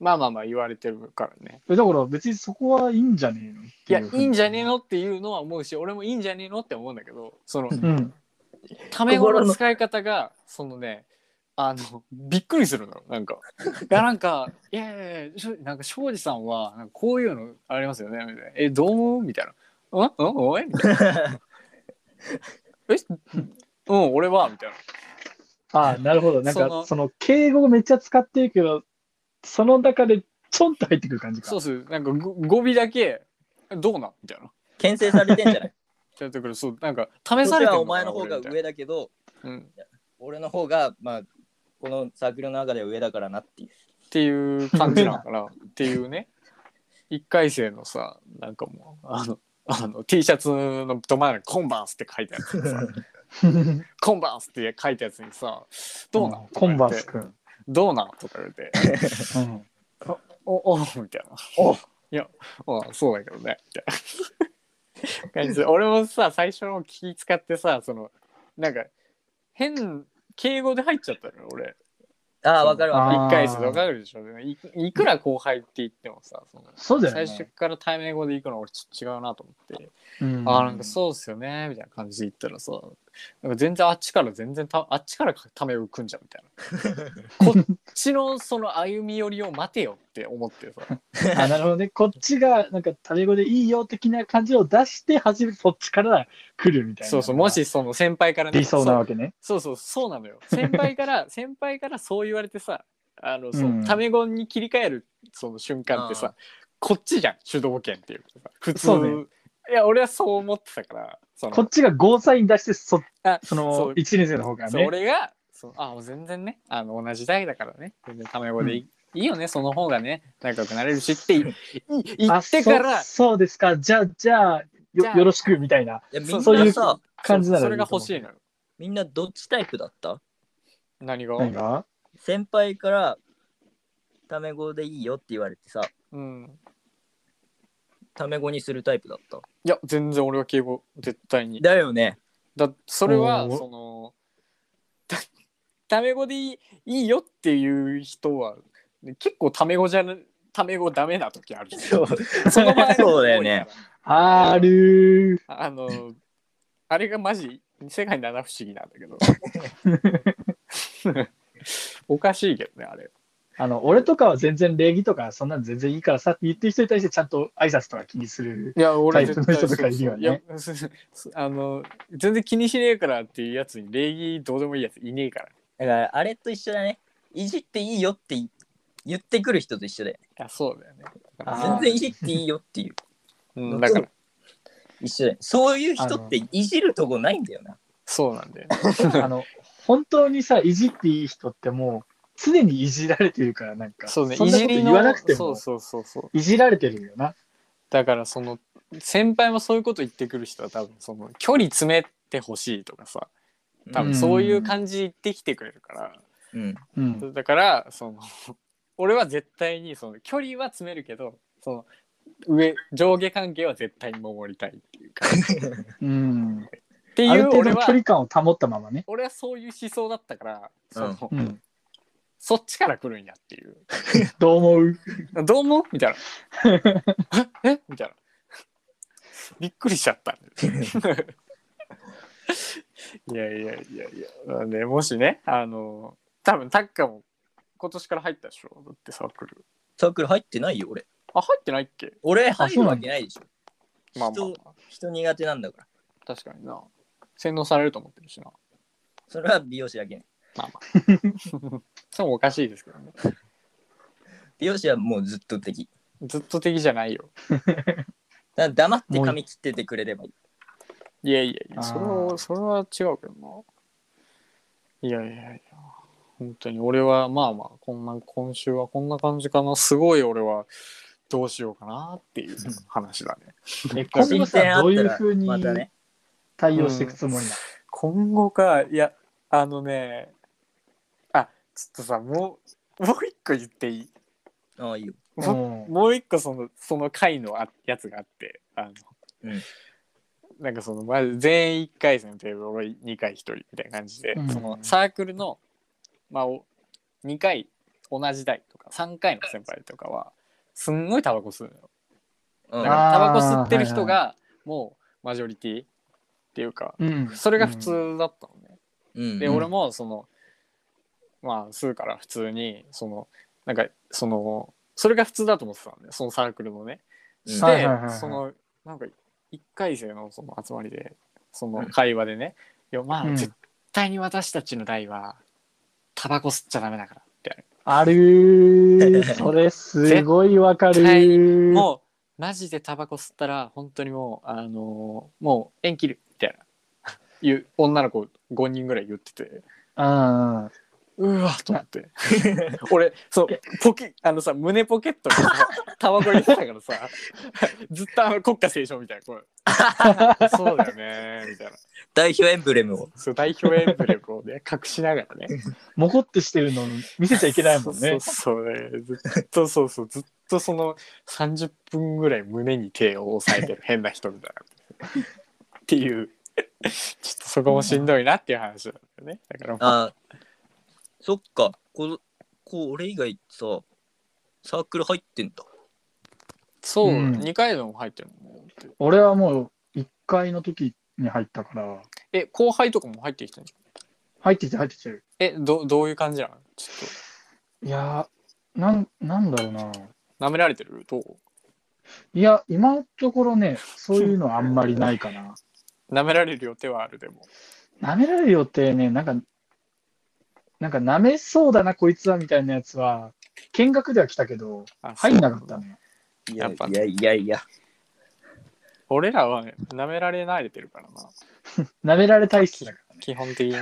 まあまあまあ言われてるからね。 だから別にそこはいいんじゃねえのっていや、 いういいんじゃねえのっていうのは思うし、俺もいいんじゃねえのって思うんだけど、その、 うん。 タメ語の使い方が、そのね、びっくりするの。なんか、いやいやいや、なんか庄司さんは、なんかこういうのありますよねみたいな。どう思うみたいな。おいみたいな。俺はみたいな。 ああ、なるほど。なんか、その、敬語をめっちゃ使ってるけど、その中でちょんと入ってくる感じか。 そうそう。なんか語尾だけ、どうなんみたいな。 牽制されてんじゃないだってくる、そう、なんか、試されてるのかな。 お前の方が上だけど、俺の方が、まあ、このサークルの中では上だからなっていう。 っていう感じなのかなっていうね。一回生のさ、なんかもう、T シャツのど真ん中にコンバースって書いたやつにさ、コンバースって書いたやつにさ、どうなんコンバースくん。 どうなんとか言われて、おみたいな。いや、そうだけどね、みたいな感じで。俺もさ、最初の気使ってさ、なんか、敬語で入っちゃったのよ、俺。 ああ、わかるわかる。 一回生でわかるでしょ。いくら後輩って言ってもさ、 そうだよね。 最初から対面語で行くの俺ちょっと違うなと思って、なんかそうっすよねみたいな感じで言ったらさ、なんか全然あっちからためを組んじゃうみたいな。こっちのその歩み寄りを待てよって思ってさ。なるほどね。こっちがなんかタメ語でいいよ的な感じを出して初めてそっちから来るみたいな。 そうそう、もしその先輩からね。理想なわけね。 そうなのよ。先輩からそう言われてさ、タメ語に切り替えるその瞬間ってさ、こっちじゃん、主導権っていうかさ、普通、ね、いや俺はそう思ってたから、 こっちがゴーサイン出してその1年生の方がね、 俺が全然ね、同じ代だからね、全然タメ語でいいよね、その方がね仲良くなれるしって言ってから、 そうですか、じゃあよろしくみたいな、そういう感じなの。 それが欲しいのよ。 みんなどっちタイプだった？ 何が？ 先輩からタメ語でいいよって言われてさ、タメ語にするタイプだった？ いや全然俺は敬語絶対に。 だよね。 それはそのタメ語でいいよっていう人は結構タメ語ダメな時ある。その場合そうだよね。 ある。 あれがマジ世界七不思議なんだけどおかしいけどねあれ。 俺とかは全然礼儀とかそんなの全然いいからさって言ってる人に対してちゃんと挨拶とか気にするタイプの人とかいるよね。 全然気にしねえからっていうやつに礼儀どうでもいいやついねえから。 だからあれと一緒だね。いじっていいよって言ってくる人と一緒だよね。 いやそうだよね。 全然いじっていいよっていう。 だから一緒だよ。そういう人っていじるとこないんだよな。 そうなんだよ。 本当にさいじっていい人ってもう常にいじられてるからなんかそうね、 そんなこと言わなくてもいじられてるよな。 だからその先輩もそういうこと言ってくる人は多分その距離詰めてほしいとかさ、多分そういう感じで言ってきてくれるから、だからその俺は絶対にその距離は詰めるけどその上下関係は絶対に守りたいっていうかっていう俺は距離感を保ったままね。 俺はそういう思想だったからそっちから来るんやっていう。 どう思うみたいな。みたいな。びっくりしちゃった。いや、ね、もしね、多分タッカも今年から入ったでしょ。だってサークル。 サークル入ってないよ、俺。 あ、入ってないっけ？ 俺入るわけないでしょ。 まあ人苦手なんだから。 確かにな。洗脳されると思ってるしな。 それは美容師だけね。 まあ。それもおかしいですけどね。 美容師はもうずっと敵。 ずっと敵じゃないよ。 だ黙って髪切っててくれればいい。 いや、それは違うけどな。いや、本当に俺はまあ今週はこんな感じかな。すごい俺はどうしようかなっていう話だね。 今後さどういう風に対応していくつもりなの？ 今後か、いやちょっとさもう一個言っていい？ ああいいよ。 もう一個その回のやつがあってなんかそのまず全員1回戦という俺2回1人みたいな感じで、そのサークルの2回同じ代とか3回の先輩とかはすんごいタバコ吸うのよ。 うんだからタバコ吸ってる人がもうマジョリティっていうか、それが普通だったのね。で俺もそのまあ吸うから普通になんかそれが普通だと思ってたんで、そのサークルのね。して、なんか1回生のその集まりでその会話でね、いやまあ絶対に私たちの代はタバコ吸っちゃダメだからってあるー。それすごいわかるー。 もうマジでタバコ吸ったら本当にもうもう縁切るみたいないう女の子5人ぐらい言ってて、うわと思って俺そうさ胸ポケットにさタバコ入れてたからさずっと国家斉唱みたいな声そうだよねみたいな代表エンブレムを代表エンブレムをね隠しながらねもこってしてるの見せちゃいけないもんね。 そうねずっとその30分ぐらい胸に手を押さえてる変な人みたいなっていうちょっとそこもしんどいなっていう話なんだよね。だからそっか、俺以外さ、サークル入ってんだ。 そう、2回でも入ってるの。 俺はもう1回の時に入ったから。 後輩とかも入ってきてんじゃん。 入ってきてる。 どういう感じなの？ちょっと。いや、なんだろうな。 舐められてる？どう？ いや、今のところね、そういうのはあんまりないかな。 舐められる予定はあるでも。 舐められる予定ね、なんか舐めそうだなこいつはみたいなやつは見学では来たけど入んなかったね。 いや俺らはね舐められ慣れてるからな舐められ体質だからね基本的にね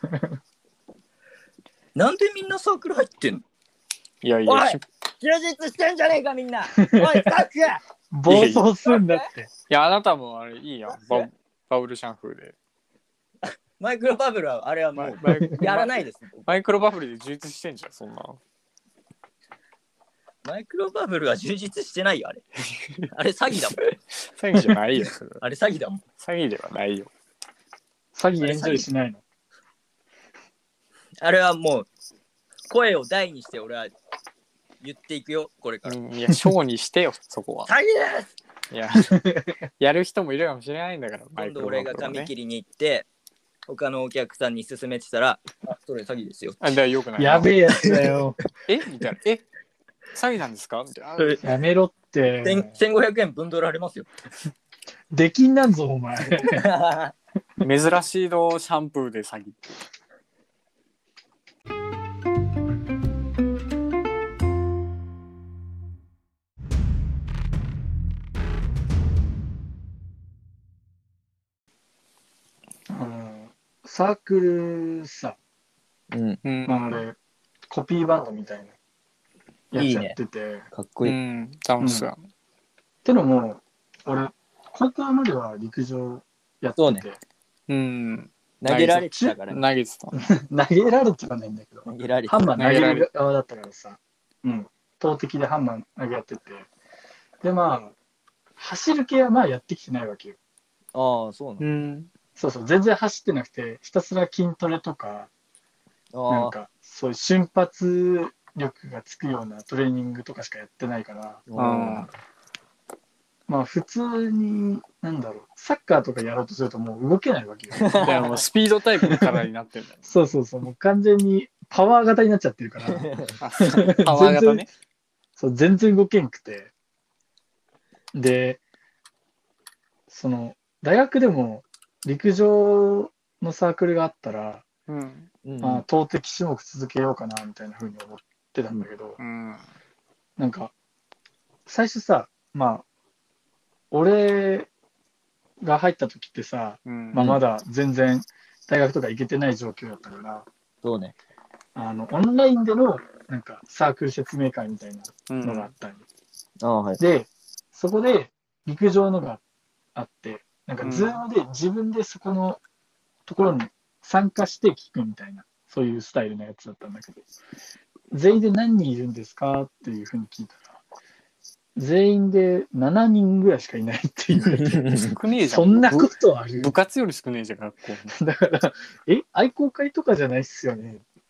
なんでみんなサークル入ってんの？ いやおい充実してんじゃねえかみんなおいスタッフ暴走すんだって。 いやあなたもあれいいやんバブルシャンフーでマイクロバブルはあれはもうやらないです。 マイクロバブルで充実してんじゃんそんな。 マイクロバブルは充実してないよあれ。あれ詐欺だもん。 詐欺じゃないよ。 あれ詐欺だもん。 詐欺ではないよ。 詐欺エンジョイしないの？ あれはもう声を大にして俺は言っていくよこれから。 いや小にしてよそこは。 詐欺です。 いややる人もいるかもしれないんだから。 今度俺が髪切りに行って他のお客さんに勧めてたら、それ詐欺ですよ。 だからよくない。 やべえやつだよ。 みたいな。詐欺なんですかみたいな。やめろって。 1500円分取られますよ。 できんなんぞお前。 珍しいのシャンプーで詐欺。 サークルさ、あれコピーバンドみたいなやつやってて、いいね、 かっこいい。 楽しそう。 ってのも俺高校までは陸上やってて、 そうね、投げられてたから、 投げてた。 投げられてはないんだけど、ハンマー投げる側だったからさ、投擲でハンマー投げやってて、でまあ走る系はまあやってきてないわけよ。 ああそうなの。 そう全然走ってなくてひたすら筋トレとかなんかそういう瞬発力がつくようなトレーニングとかしかやってないから、まあ普通になんだろうサッカーとかやろうとするともう動けないわけよ。 だからもうスピードタイプの体になってるんだよ。 そうもう完全にパワー型になっちゃってるからパワー型ね。 全然動けんくて、でその大学でも陸上のサークルがあったら、まあ、投擲種目続けようかなみたいな風に思ってたんだけど、なんか最初さ、まあ俺が入った時ってさ、まあ、まだ全然大学とか行けてない状況だったから、 そうね、 オンラインでのなんかサークル説明会みたいなのがあったり、でそこで陸上のがあって、なんかズームで自分でそこのところに参加して聞くみたいな、そういうスタイルのやつだったんだけど、全員で何人いるんですかっていうふうに聞いたら、全員で7人ぐらいしかいないって言われて、 少ねえじゃん。 そんなことある？ 部活より少ねえじゃん、学校。 だから、愛好会とかじゃないっすよねっ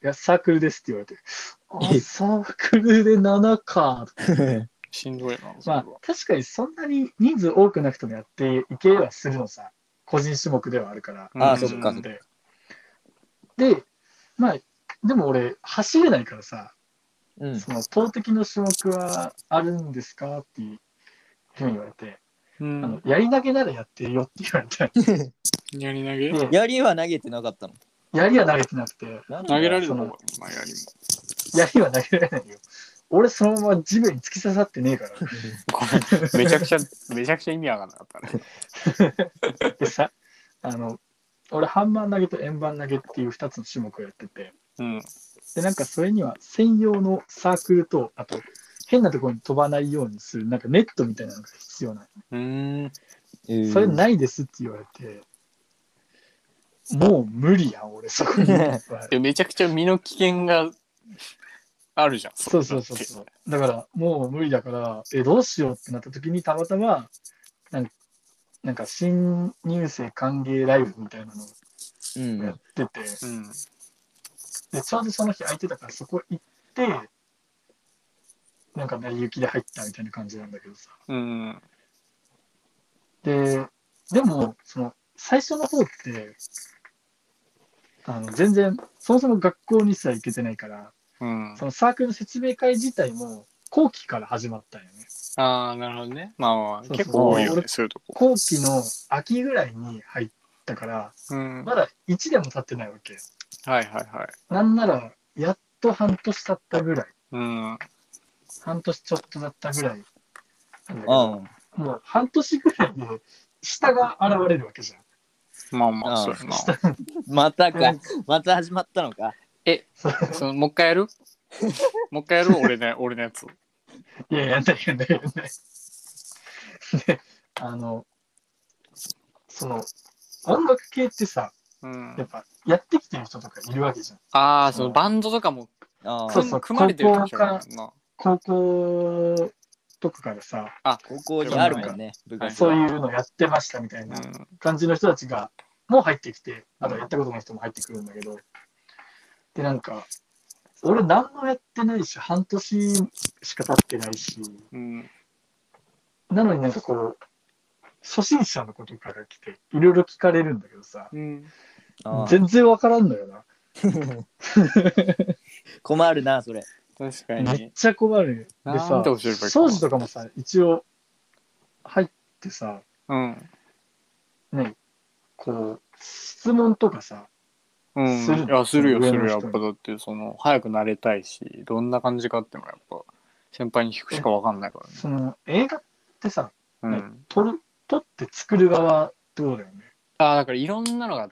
や、サークルですって言われて、サークルで7か。 しんどいな。 まあ、確かにそんなに人数多くなくてもやっていけはするのさ。個人種目ではあるから。 ああ、そっか。 で、まあ、でも俺、走れないからさ、その投擲の種目はあるんですかっていうふうに言われて、やり投げならやってるよって言われて。 やり投げ？ やりは投げてなかったの？ やりは投げてなくて。 投げられるの？まあ、やりも。 やりは投げられないよ。俺そのまま地面に突き刺さってねえから。 めちゃくちゃ意味わかんなかったね。 でさ、俺ハンマー投げと円盤投げっていう2つの種目をやってて、でなんかそれには専用のサークルと、あと変なところに飛ばないようにするなんかネットみたいなのが必要なの。それないですって言われて、もう無理やん俺そこに。 めちゃくちゃ身の危険があるじゃん。 そう。だからもう無理だから、どうしようってなった時にたまたまなんか新入生歓迎ライブみたいなのをやってて、でちょうどその日空いてたからそこ行って、なんか成り行きで入ったみたいな感じなんだけどさ。でもその最初の方って全然そもそも学校にさえ行けてないから、そのサークルの説明会自体も後期から始まったんよね。 ああ、なるほどね。まあ、結構多いよね、そういうとこ。 後期の秋ぐらいに入ったから、まだ1年も経ってないわけ。なんなら、やっと半年経ったぐらい。半年ちょっとだったぐらいなんだけど、もう半年ぐらいで下が現れるわけじゃん。 まあまあ、そうやな。 またか。また始まったのか。 もう一回やる俺のやつ。 いや、やんない。で、その、音楽系ってさ、やっぱ、やってきてる人とかいるわけじゃん。 ああ、そのバンドとかも組まれてる時からな。 高校とかからさ、 高校にあるもんね。 そういうのやってましたみたいな感じの人たちが、もう入ってきて、あとやったことない人も入ってくるんだけど、で、なんか、俺何もやってないし、半年しか経ってないし、なのになんかこう、初心者のことから来て、いろいろ聞かれるんだけどさ、全然わからんのよな。 困るな、それ。 確かに。 めっちゃ困る。でさ、庄司とかもさ、一応、入ってさ、ね、こう、質問とかさ、 するよ。やっぱだって、早くなれたいし、どんな感じかってのはやっぱ、先輩に聞くしかわかんないからね。 その、映画ってさ、撮って作る側ってことだよね。 だからいろんなのがあって、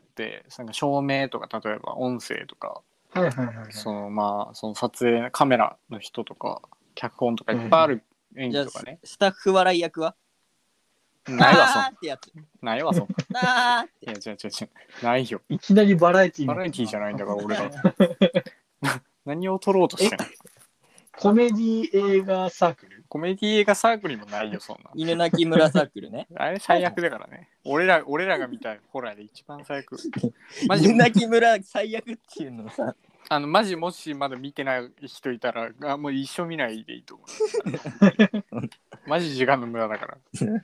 照明とか、例えば音声とか、その撮影、カメラの人とか、脚本とかいっぱいある演技とかね。 スタッフ笑い役はないわ、そんってやつ。 ないわ、そんな。いや、違う。ないよ。 いきなりバラエティーじゃないんだから、俺が。何を撮ろうとしてんの？ コメディ映画サークル？ コメディ映画サークルにもないよ、そんな。 犬鳴村サークルね。 あれ最悪だからね。俺らが見たホラーで一番最悪。 犬鳴村最悪っていうのさ。 マジもしまだ見てない人いたら、もう一生見ないでいいと思う。マジ時間の無駄だから。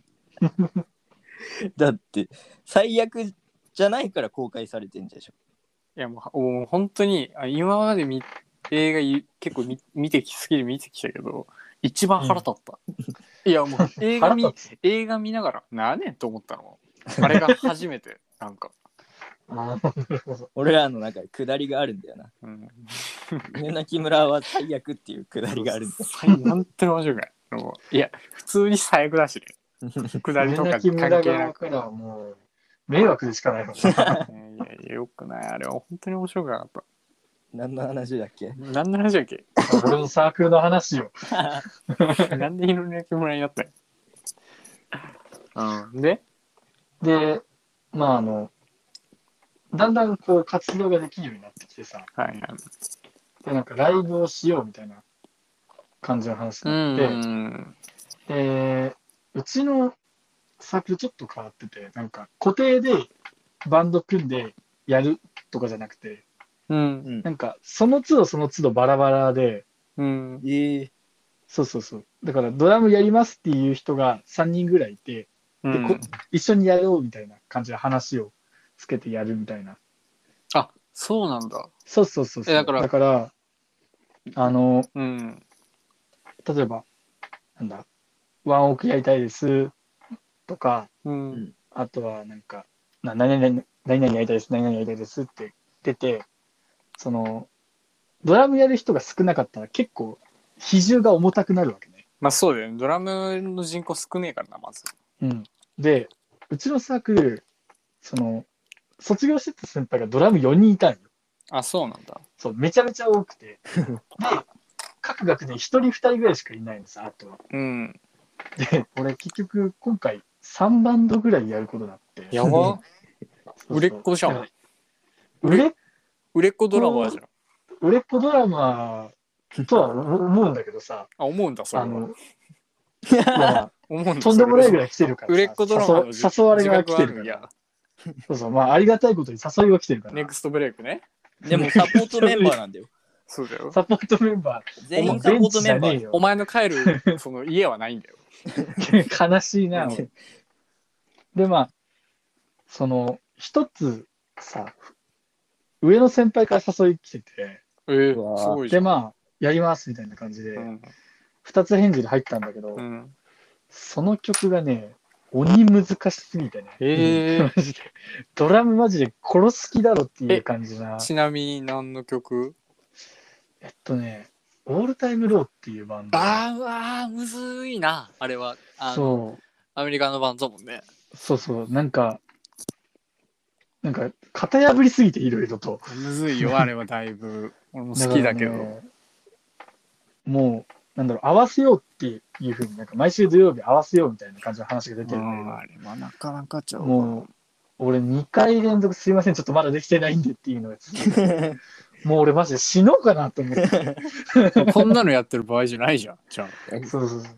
だって最悪じゃないから公開されてんじゃん。いやもう本当に今まで映画結構好きで見てきたけど一番腹立った。いやもう映画見ながら何ねんと思ったの。あれが初めてなんか。 俺らの中で下りがあるんだよな。犬鳴村は最悪っていう下りがあるんだよ。 本当に面白くない。いや普通に最悪だしね。下りとか関係なく。 からもう迷惑でしかないの。いやよくない。あれは本当に面白くなかった。 何の話だっけ？ 俺のサークルの話よ。 なんで犬鳴村になったの？で、 まあだんだんこう活動ができるようになってきてさ、でなんかライブをしようみたいな感じの話になって、うちのサークルちょっと変わってて、なんか固定でバンド組んでやるとかじゃなくて、 なんかその都度バラバラで、そうそうそう。だからドラムやりますっていう人が3人ぐらいいて、で一緒にやろうみたいな感じで話をつけてやるみたいな。 あ、そうなんだ。 そうそうそうそう。だから例えば、なんだ、ワンオクやりたいですとか、あとはなんか、何々やりたいです、何々やりたいですって出て、その、ドラムやる人が少なかったら結構比重が重たくなるわけね。 まあそうだよね。ドラムの人口少ねえからな、まず。 で、うちのサークル、卒業してた先輩がドラム4人いたんよ。 あ、そうなんだ。 そう、めちゃめちゃ多くて。で、各学年1人2人ぐらいしかいないのさ、あとは。で、俺結局今回3バンドぐらいやることになって。 やば売れっ子じゃん。売れっ子ドラマーじゃん。 売れっ子ドラマーとは思うんだけどさ。 あ、思うんだ、それは。 とんでもないぐらい来てるから。 売れっ子ドラマー誘われが来てるから。そうそう、まあありがたいことに誘いが来てるから。 ネクストブレイクね。 でもサポートメンバーなんだよ。 そうだよ。 サポートメンバー。 全員サポートメンバー。 お前の帰るその家はないんだよ。 悲しいな。で、まあ、一つさ、上の先輩から誘い来てて、 すごいじゃん。 で、まあ、やりますみたいな感じで、二つ返事で入ったんだけど、その曲がね、鬼難しすぎてね。マジでドラムマジで殺す気だろっていう感じな。 ちなみに何の曲？ オールタイムローっていうバンド。 むずいな、あれは。 そう。 アメリカのバンドだもんね。 そうそう、なんか、型破りすぎていろいろと。 むずいよ、あれはだいぶ。俺も好きだけど。 もう、合わせようっていうふうに、毎週土曜日合わせようみたいな感じの話が出てるんだけど。 あれはなかなかちゃう。 もう、俺2回連続すいません、ちょっとまだできてないんでっていうのがもう俺マジで死のうかなと思って。 こんなのやってる場合じゃないじゃん。じゃあ。 そうそうそう。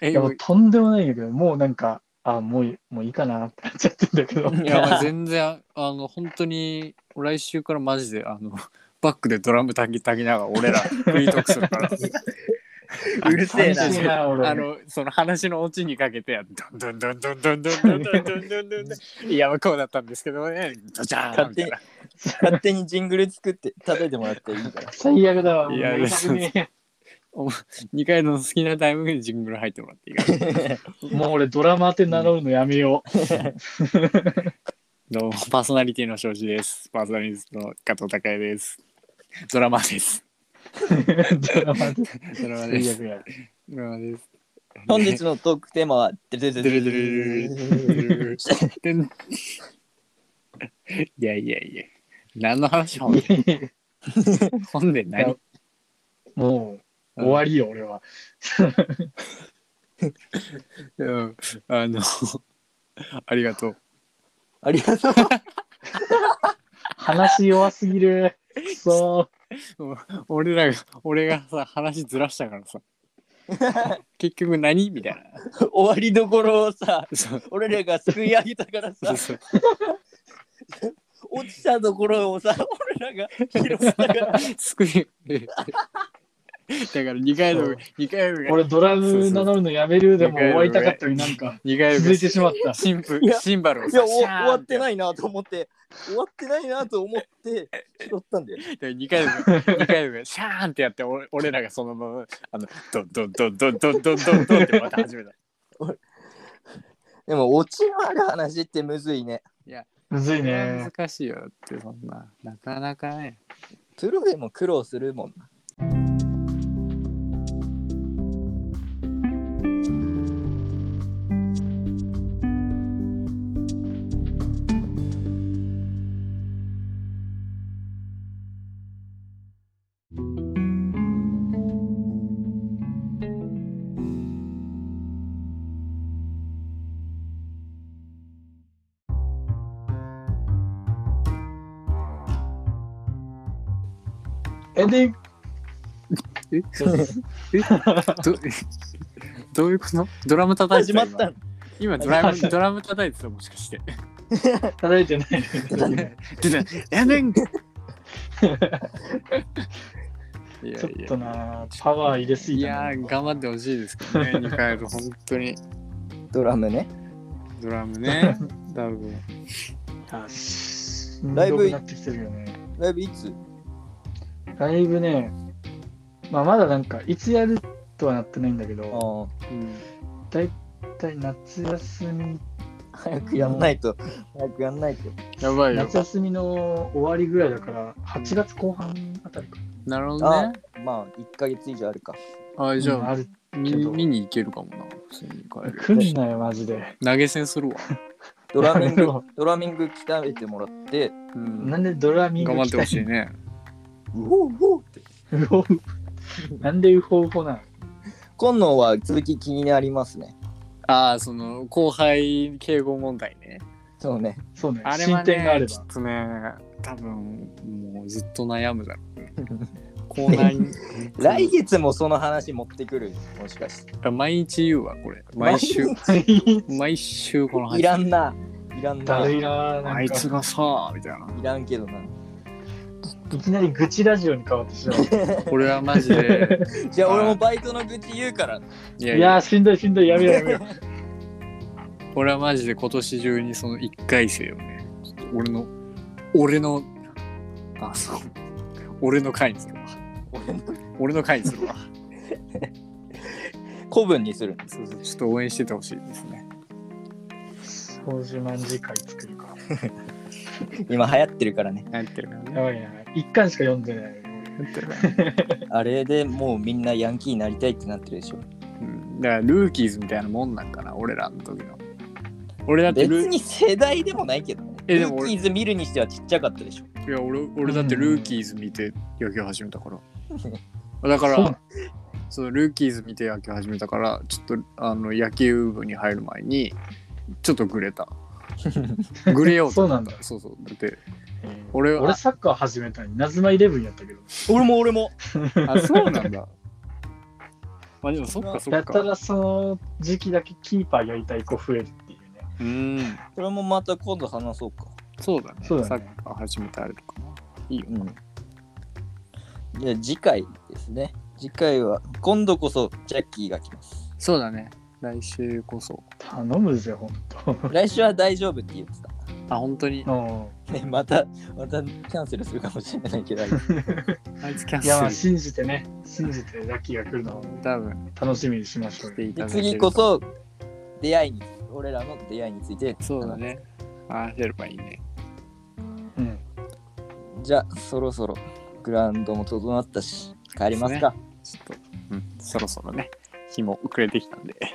いやもうとんでもないんだけど、もうもういいかなってなっちゃってんだけど。 いや、全然、本当に、来週からマジで、バックでドラム炊きながら俺らフリートークするから。 うるせえな。 その話のオチにかけて、ドンドンドンドンドンドンドンドンドンドンドン。いや、こうだったんですけどね、ドジャーンみたいな。 勝手にジングル作って叩いてもらっていいから。 最悪だわ。 いや、2回の好きなタイムでジングル入ってもらっていいかな。もう俺ドラマーって名乗るのやめよう。 どうも、パーソナリティの庄司です。パーソナリティの加藤孝也です。ドラマーです。ドラマです。 本日のトークテーマは、いや、何の話本で何？ もう終わりよ、俺は。 ありがとう。 ありがとう。 話弱すぎる。そう。 俺がさ、話ずらしたからさ。結局何みたいな。 終わりどころをさ、俺らがすくい上げたからさ。落ちたところをさ、俺らが拾ったから。 すくい。だから2回の俺ドラム名乗るのやめるでも終わりたかったのに続いてしまった。 シンバルを終わってないなと思って拾ったんだよ。 2回のシャーンってやって俺らがそのままドンドンドンドンドンドンドンドンってまた始めた。 でもオチのある話ってむずいね。 いやむずいね。 難しいよってそんなかなかね。 プロでも苦労するもんな。 エンディング。 どういうこと？ドラム叩いてた？ 始まったの？ 今ドラム叩いてたもしかして。 叩いてない。 エンディング。 いやいやちょっとな、パワー入れすぎたな。 頑張ってほしいですけどね、ニカエル、本当に。 ドラムね。 ドラムね、多分。 ライブなってきてるよね。 ライブいつ？ ライブね、まあまだなんかいつやるとはなってないんだけど、だいたい夏休み。 早くやんないと。 やばいよ。 夏休みの終わりぐらいだから、8月後半あたりか。 なるほどね。 まあ、1ヶ月以上あるか。 じゃあ、 ある見に行けるかもな。普通に帰る。 来んなよ、マジで。 投げ銭するわ。 ドラミング鍛えてもらって、 なんでドラミング頑張ってほしいね。 うほうほうって。 うほう。なんでうほうほなの？ 今野は続き気になりますね。 その後輩敬語問題ね。 そうね。 あれはね、進展があればちょっとね、多分もうずっと悩むだろう。コーナーに来月もその話持ってくる、もしかして。 毎日言うわ、これ。毎週この話。 いらんな。 だるいな。 あいつがさ、みたいな。 いらんけどな。 いきなり愚痴ラジオに変わってしまう。 これはマジで。 じゃあ俺もバイトの愚痴言うから。 いやしんどい、やめよう。 俺はマジで今年中にその1回生をね、ちょっと俺の回にするわ。俺の回にするわ。 古文にする。 そう、ちょっと応援しててほしいですね。 掃除マン次回作るか。 今流行ってるからね。 やばいな。1巻しか読んでない。 あれでもうみんなヤンキーになりたいってなってるでしょ。 だからルーキーズみたいなもんなんかな、俺らの時の。俺だって別に世代でもないけどね。ルでもーキーズ見るにしてはちっちゃかったでしょ。 いや俺だってルーキーズ見て野球始めたから。だからそのルーキーズ見て野球始めたから、ちょっと野球部に入る前にちょっとグレた。グレようと思った。そうだって俺サッカー始めたのに、ナズマイレブンやったけど。 俺も。 そうなんだ。まあでもそっか。 やったらその時期だけキーパーやりたい子増えるっていうね。 それもまた今度話そうか。 そうだね。サッカー始めたあれとかいいよ。 じゃあ次回ですね。次回は今度こそジャッキーが来ます。 そうだね。来週こそ。 頼むぜ、ほんと。 来週は大丈夫って言ってた。 本当に。 ね、またキャンセルするかもしれないけど。 あいつキャンセル。 いや、まあ信じてジャッキーが来るのを多分楽しみにしましょう。 次こそ俺らの出会いについて。 そうだね。話せればいいね。 じゃあそろそろグラウンドも整ったし帰りますか。 ちょっと、そろそろね、日も遅れてきたんで。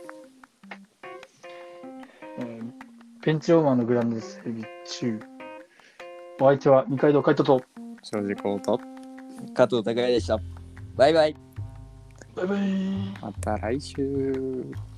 ベンチオーマーのグラウンド整備中。お相手は二階堂海人と正直こうと加藤孝也でした。バイバイ。 バイバイ。 また来週。